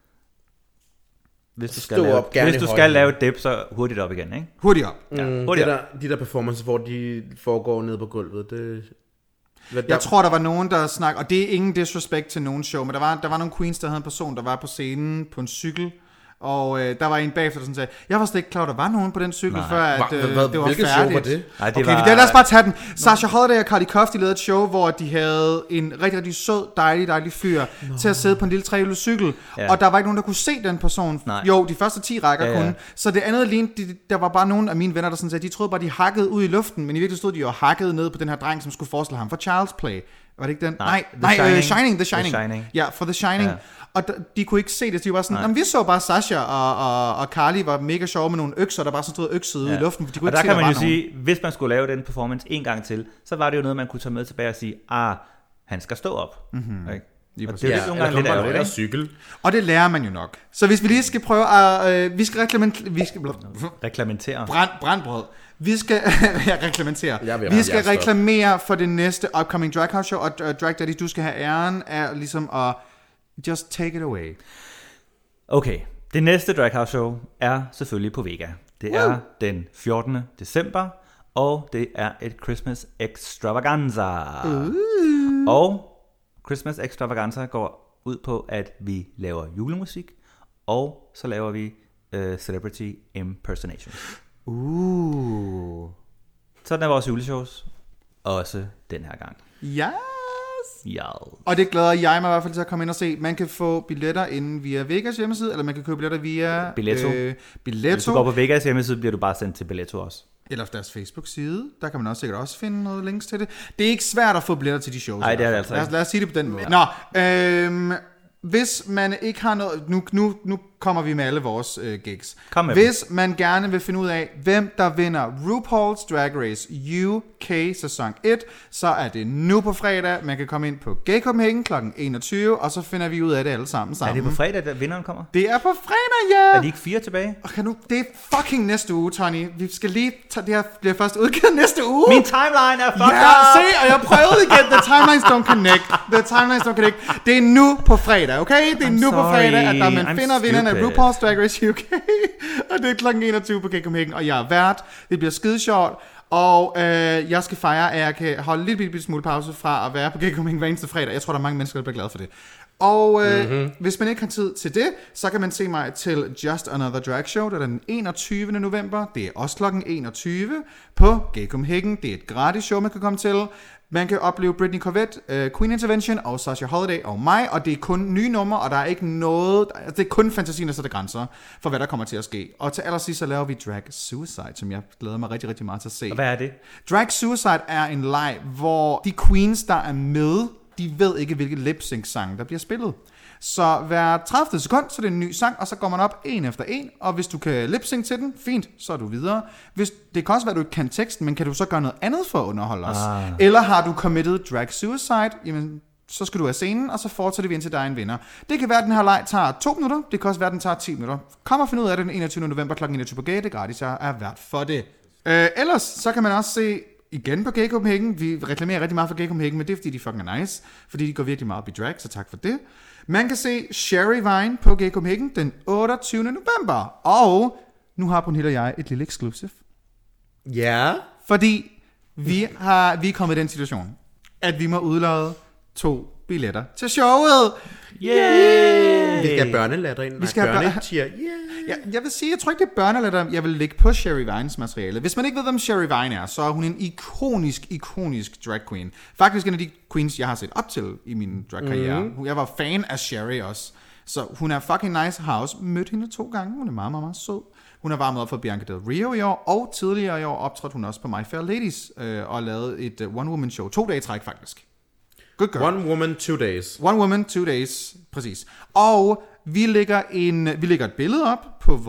Hvis du skal lave et dip, så hurtigt op igen, ikke? Hurtigt op. Ja, hurtigt op. De der performances, hvor de foregår nede på gulvet, Jeg tror, der var nogen, der snakkede, og det er ingen disrespect til nogen show, men der var nogle queens, der havde en person, der var på scenen på en cykel, og der var en bagefter, der sådan sagde, jeg var slet ikke klar, der var nogen på den cykel, før at, det var hvilket færdigt. Show var det? Nej, Lad os bare tage den. Sasha Holiday og Cardi Koff, de lavede et show, hvor de havde en rigtig, rigtig sød, dejlig fyr til at sidde på en lille trehjulet cykel, og der var ikke nogen, der kunne se den person. Nej. Jo, de første 10 rækker kunne. Så det andet lignede, der var bare nogle af mine venner, der sådan sagde, de troede bare, de hakkede ud i luften, men i virkeligheden stod de jo hakket ned på den her dreng, som skulle forestille ham for Child's Play. Var det ikke den? Nej, The Shining. Ja, for The Shining. Ja. Og de kunne ikke se det, de var sådan, vi så bare Sasha og Carly var mega sjove med nogle økser, der bare sådan stod øksede ud i luften. De kunne og ikke der se, kan man jo sige, hvis man skulle lave den performance en gang til, så var det jo noget, man kunne tage med tilbage og sige, han skal stå op. Ikke? Og det er jo nogle gange lidt ærgerligt, cykel. Og det lærer man jo nok. Så hvis vi lige skal prøve at... vi skal reklamentere. Brandbrød. Vi skal reklamere for det næste upcoming Draghouse show, og Drag Daddy, du skal have æren af ligesom at just take it away. Okay, det næste Draghouse show er selvfølgelig på Vega. Det er den 14. december, og det er et Christmas Extravaganza. Og Christmas Extravaganza går ud på, at vi laver julemusik, og så laver vi celebrity impersonations. Sådan er vores juleshows også den her gang. Yes! Og det glæder jeg mig i hvert fald til at komme ind og se. Man kan få billetter inde via Vegas hjemmeside, eller man kan købe billetter via Billetto. Hvis du går på Vegas hjemmeside, bliver du bare sendt til Billetto også. Eller deres Facebook-side. Der kan man også sikkert også finde noget links til det. Det er ikke svært at få billetter til de shows. Nej, det er det altså. Lad os sige det på den måde. Nå, hvis man ikke har noget... Nu kommer vi med alle vores gigs. Hvis man gerne vil finde ud af, hvem der vinder RuPaul's Drag Race UK sæson 1, så er det nu på fredag. Man kan komme ind på Gay Copenhagen kl. 21, og så finder vi ud af det alle sammen. Er det på fredag, at vinderen kommer? Det er på fredag, ja! Er de ikke 4 tilbage? Okay, nu, det er fucking næste uge, Tony. Vi skal lige tage det her, bliver først udgivet næste uge. Min timeline er fucked up! Ja, se, og jeg prøvede igen. The timelines don't connect. Det er nu på fredag, okay? Det er nu på fredag, at der man finder vinderen af RuPaul's Drag Race UK. Og det er kl. 21 på Gay Copenhagen, og jeg er vært. Det bliver skide sjovt. Og jeg skal fejre, at jeg kan holde lidt bitte smule pause fra at være på Gay Copenhagen hver eneste fredag. Jeg tror, der er mange mennesker, der bliver glade for det. Og hvis man ikke har tid til det, så kan man se mig til Just Another Drag Show, der er den 21. november. Det er også kl. 21 på Gay Copenhagen. Det er et gratis show, man kan komme til. Man kan opleve Britney Corvette, Queen Intervention og Sasha Holiday og mig, og det er kun nye numre, og der er ikke noget, det er kun fantasien, der sætter grænser for, hvad der kommer til at ske. Og til allersidst så laver vi Drag Suicide, som jeg glæder mig rigtig, rigtig meget til at se. Og hvad er det? Drag Suicide er en leg, hvor de queens, der er med, de ved ikke, hvilke lip-sync-sang, der bliver spillet. Så hver 30 sekund, så er det en ny sang, og så går man op en efter en, og hvis du kan lip-sync til den, fint, så er du videre. Det kan også være, at du ikke kan teksten, men kan du så gøre noget andet for at underholde os? Eller har du committed Drag Suicide, jamen, så skal du af scenen, og så fortsætter vi indtil der er en vinder. Det kan være, at den her leg tager 2 minutter, det kan også være, at den tager 10 minutter. Kom og find ud af det den 21. november kl. 21 på Gay, det er gratis, jeg er vært for det. Ellers, så kan man også se igen på Gay Copenhagen. Vi reklamerer rigtig meget for Gay Copenhagen, men det er fordi, de fucking er nice. Fordi de går virkelig meget op i drag, så tak for det. Man kan se Sherry Vine på Gay Copenhagen den 28. november. Og nu har Brunhilde og jeg et lille exclusive. Ja. Fordi vi er kommet i den situation, at vi må udlade 2 billetter til showet. Yay! Vi skal have børnelatter ind. Vi skal have børnetier. Jeg vil sige, jeg tror ikke, det er børneletter, jeg vil lægge på Sherry Vines materiale. Hvis man ikke ved, hvem Sherry Vine er, så er hun en ikonisk drag queen. Faktisk en af de queens, jeg har set op til i min drag-karriere. Jeg var fan af Sherry også. Så hun er fucking nice. Har også mødt hende 2 gange. Hun er meget, meget, meget sød. Hun er varmet op for Bianca Del Rio i år, og tidligere i år optrådte hun også på My Fair Ladies og lavede et one-woman-show. 2 dage i træk, faktisk. Good girl. 1 woman, 2 days. 1 woman, 2 days, præcis. Og vi lægger et billede op på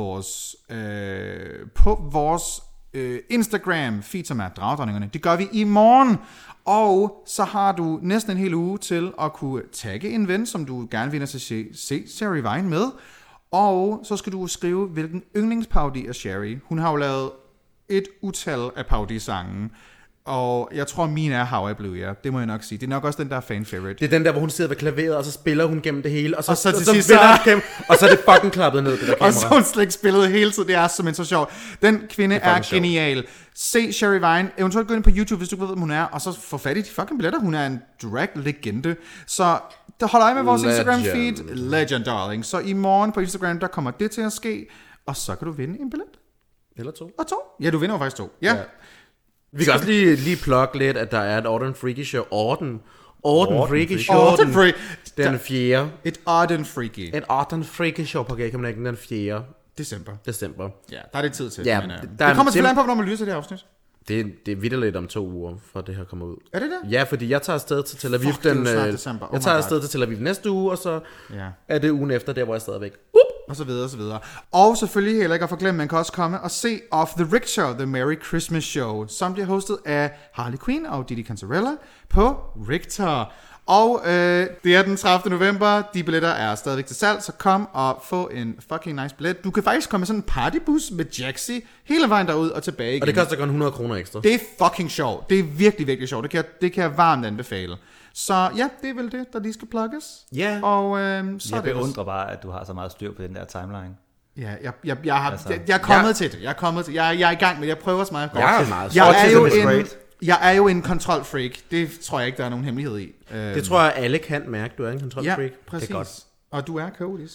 vores Instagram, feed, som er Dragdronningerne. Det gør vi i morgen. Og så har du næsten en hel uge til at kunne tagge en ven, som du gerne vil se Sherry Vine med. Og så skal du skrive, hvilken yndlingsparodi af Sherry. Hun har jo lavet et utal af parodisange. Og jeg tror, min er How I Blew You. Det må jeg nok sige. Det er nok også den, der er fan favorite. Det er den der, hvor hun sidder ved klaveret, og så spiller hun gennem det hele. Og så til sidst, og så er det fucking klappet ned, det der kamera. Og så hun slet ikke spillet hele tiden. Det er simpelthen så sjovt. Den kvinde er genial. Se Sherry Vine. Eventuelt gå ind på YouTube, hvis du ved, hvem hun er. Og så få fat i de fucking billetter. Hun er en drag-legende. Så hold øje med vores Instagram-feed. Legend, darling. Så i morgen på Instagram, der kommer det til at ske. Og så kan du vinde en billet. Eller 2. Og 2. Ja, du vinder jo faktisk 2. Ja. Vi kan også lige plukke lidt, at der er et Auden Freaky Show. Auden Freaky Show. Den 4. Et Auden Freaky. Et Auden Freaky Show på Gay Community den 4. December. Ja, der er det tid til. Ja, men, det kommer selvfølgelig an på, hvornår man lytter til det her afsnit. Det er vitterligt om 2 uger, for det her kommer ud. Er det det? Ja, fordi jeg tager afsted til Tel Aviv jeg tager afsted til Tel Aviv næste uge, og så er det ugen efter, der hvor jeg stadigvæk. Og så videre, og så videre. Og selvfølgelig heller ikke at forglemme, man kan også komme og se Off the Rickshaw, The Merry Christmas Show, som bliver hostet af Harley Quinn og Didi Cantarella på Richter. Og det er den 30. november. De billetter er stadigvæk til salg, så kom og få en fucking nice billet. Du kan faktisk komme med sådan en partybus med Jaxi hele vejen derud og tilbage igen. Og det koster kun 100 kroner ekstra. Det er fucking sjovt. Det er virkelig, virkelig sjovt. Det kan jeg varmt anbefale. Så ja, det er vel det, der lige skal plukkes. Ja. Og så jeg beundrer bare, at du har så meget styr på den der timeline. Ja, jeg er kommet til det. Jeg er i gang med det. Jeg prøver så meget. Jeg er jo en kontrolfreak. Det tror jeg ikke, der er nogen hemmelighed i. Det tror jeg, alle kan mærke, du er en kontrolfreak. Ja, præcis. Det er godt. Og du er kaotisk.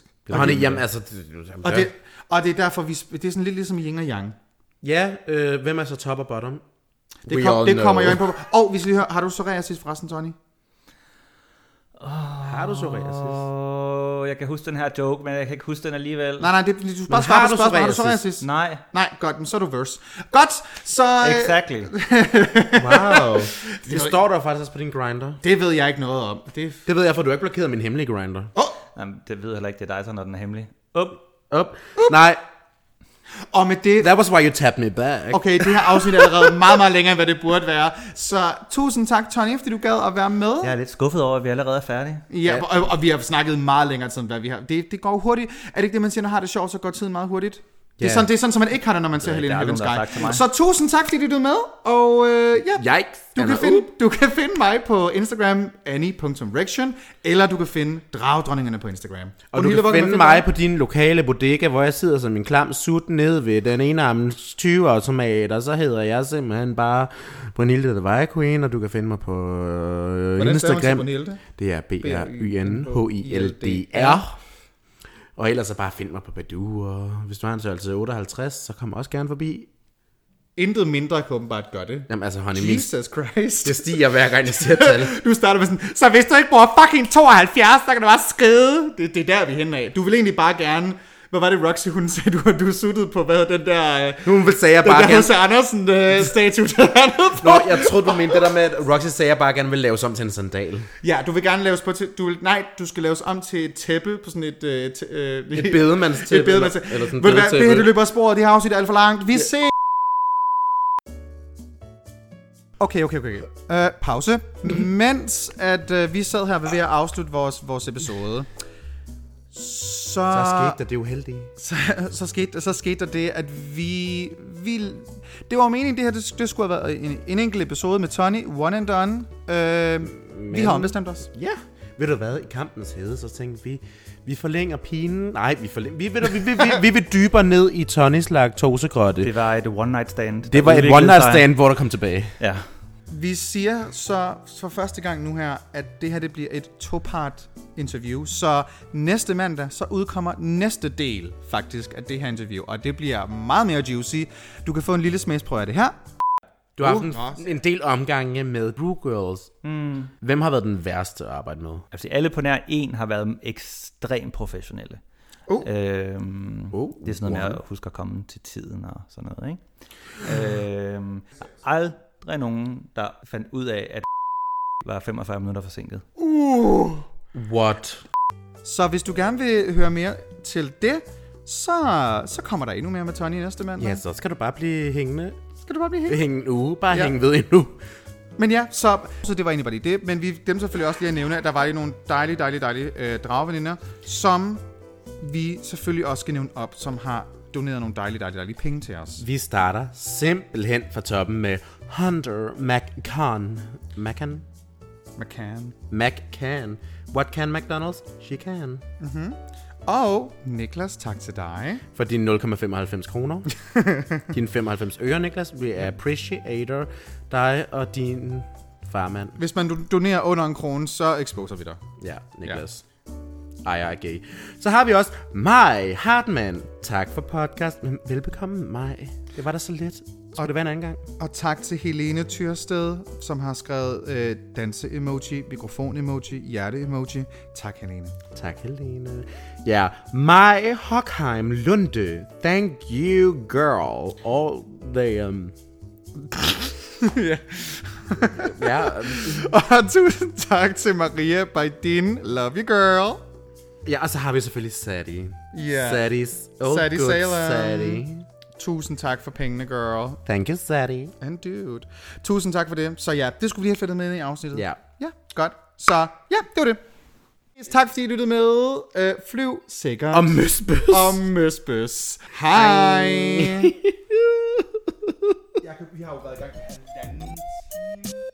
Og det er derfor, det er sådan lidt ligesom yin og yang. Ja, hvem er så top og bottom? Det kommer jeg ind på. Og vi skal lige høre, har du psoriasis forresten, Tony? Har du psoriasis? Jeg kan huske den her joke, men jeg kan ikke huske den alligevel. Nej, du bare svarer på spørgsmål. Har du psoriasis? Nej, godt, men så er du verse. Godt, så... Exactly. Wow. Det står der faktisk også på din grinder. Det ved jeg ikke noget om. Det ved jeg, for du har ikke blokeret min hemmelige grinder. Jamen, det ved jeg heller ikke, det er dig, så når den er hemmelig. Nej. Og med det... That was why you tapped me back. Okay, det her afsnit er allerede meget, meget længere, end hvad det burde være. Så tusind tak, Tony, fordi du gad at være med. Jeg er lidt skuffet over, at vi allerede er færdige. Ja. Og vi har snakket meget længere tid, end hvad vi har. Det går hurtigt. Er det ikke det, man siger, når har det sjovt, så går tiden meget hurtigt? Det er sådan, som man ikke har det, når man ser Helene Heaven's Sky. Så tusind tak, fordi du er med. Og du kan finde mig på Instagram, annie.rection, eller du kan finde Dragdronningerne på Instagram. Og du kan finde mig på din lokale bodega, hvor jeg sidder som en klam sut nede ved den enarmens 20-automat, og så hedder jeg simpelthen bare Brunhilde the Vire Queen, og du kan finde mig på Instagram. Det er BRYNHILDR. Og ellers så bare find mig på Badoo, og hvis du har en størrelse 58, så kom også gerne forbi. Intet mindre kan åbenbart gøre det. Jamen altså, honey, Jesus Christ. Det stiger hver gang, jeg siger tal. Du starter med sådan, så hvis du ikke bruger fucking 72, så kan du bare skride. Det er der, vi er henne af. Du vil egentlig bare gerne... Hvad var det, Roxy, hun sagde, du suttede på, hvad den der... Hun sagde jeg bare gerne... Den der H.C. Andersen-statue, der er på. Nå, jeg troede, du mente det der med, at Roxy sagde, jeg bare gerne vil laves om til en sandal. Ja, du vil gerne laves på... Du skal laves om til et tæppe på sådan et... et bedemandstæppe. Et bedemandstæppe. Eller sådan et bedetæppe. Det her, det løber af sporet. Det har afsnit alt for langt. Vi ses! Okay. Pause. Mens at vi sad her ved at afslutte vores episode... Så skete der det uheldige. Så skete der det, at vi det var meningen, det her det skulle have været en enkelt episode med Tony, one and done. Vi har ombestemt os. Ja, ved du hvad, i kampens hede, så tænkte vi forlænger pinen. Nej, vi vil dybere ned i Tonys laktosegrotte. Det var et one night stand. Det var et one night stand, hvor der kom tilbage. Ja. Vi siger så for første gang nu her, at det her det bliver et 2-part interview. Så næste mandag, så udkommer næste del faktisk af det her interview. Og det bliver meget mere juicy. Du kan få en lille smagsprøve af det her. Du har haft en del omgange med Brew Girls. Hvem har været den værste at arbejde med? Altså alle på nær en har været ekstremt professionelle. Det er sådan noget med at huske at komme til tiden og sådan noget, ikke? Aldrig nogen, der fandt ud af, at var 45 minutter forsinket. What? Så hvis du gerne vil høre mere til det, så kommer der endnu mere med Tony næste mandag. Ja, så skal du bare blive hængende. Hænge en uge. Bare hænge ved en uge. Men ja, så det var egentlig bare det. Men vi glemte selvfølgelig også lige at nævne, at der var nogle dejlige drageveninder, som vi selvfølgelig også skal nævne op, som har doneret nogle dejlige penge til os. Vi starter simpelthen fra toppen med Hunter McCann. McCann. What can McDonald's? She can. Og Niklas, tak til dig. For dine 0,95 kroner. Dine 95 øre, Niklas. Vi appreciater dig og din farmand. Hvis man donerer under 1 krone, så exposer vi dig. Ja, Niklas. Ej, jeg er gay. Så har vi også Maj Hartmann. Tak for podcast. Velbekomme, Maj. Det var da så lidt. Og det var en anden gang. Og tak til Helene Tyrsted, som har skrevet danse-emoji, mikrofon-emoji, hjerte-emoji. Tak, Helene. Tak, Helene. Ja, Maj Hockheim Lunde. Thank you, girl. All the... Ja. Og tusind tak til Maria Bajdin. Love you, girl. Ja, og så har vi selvfølgelig Sadie. Yeah. Sadie Salem. Sadie. Tusind tak for pengene, girl. Thank you, Sadie. And dude. Tusind tak for det. Så ja, det skulle vi have fedtet med i afsnittet. Ja. Ja, godt. Så ja, det var det. Tak fordi I lyttede med. Flyv sikkert. Og møsbøs. Hej. Vi har jo været i gang med 1,5 time.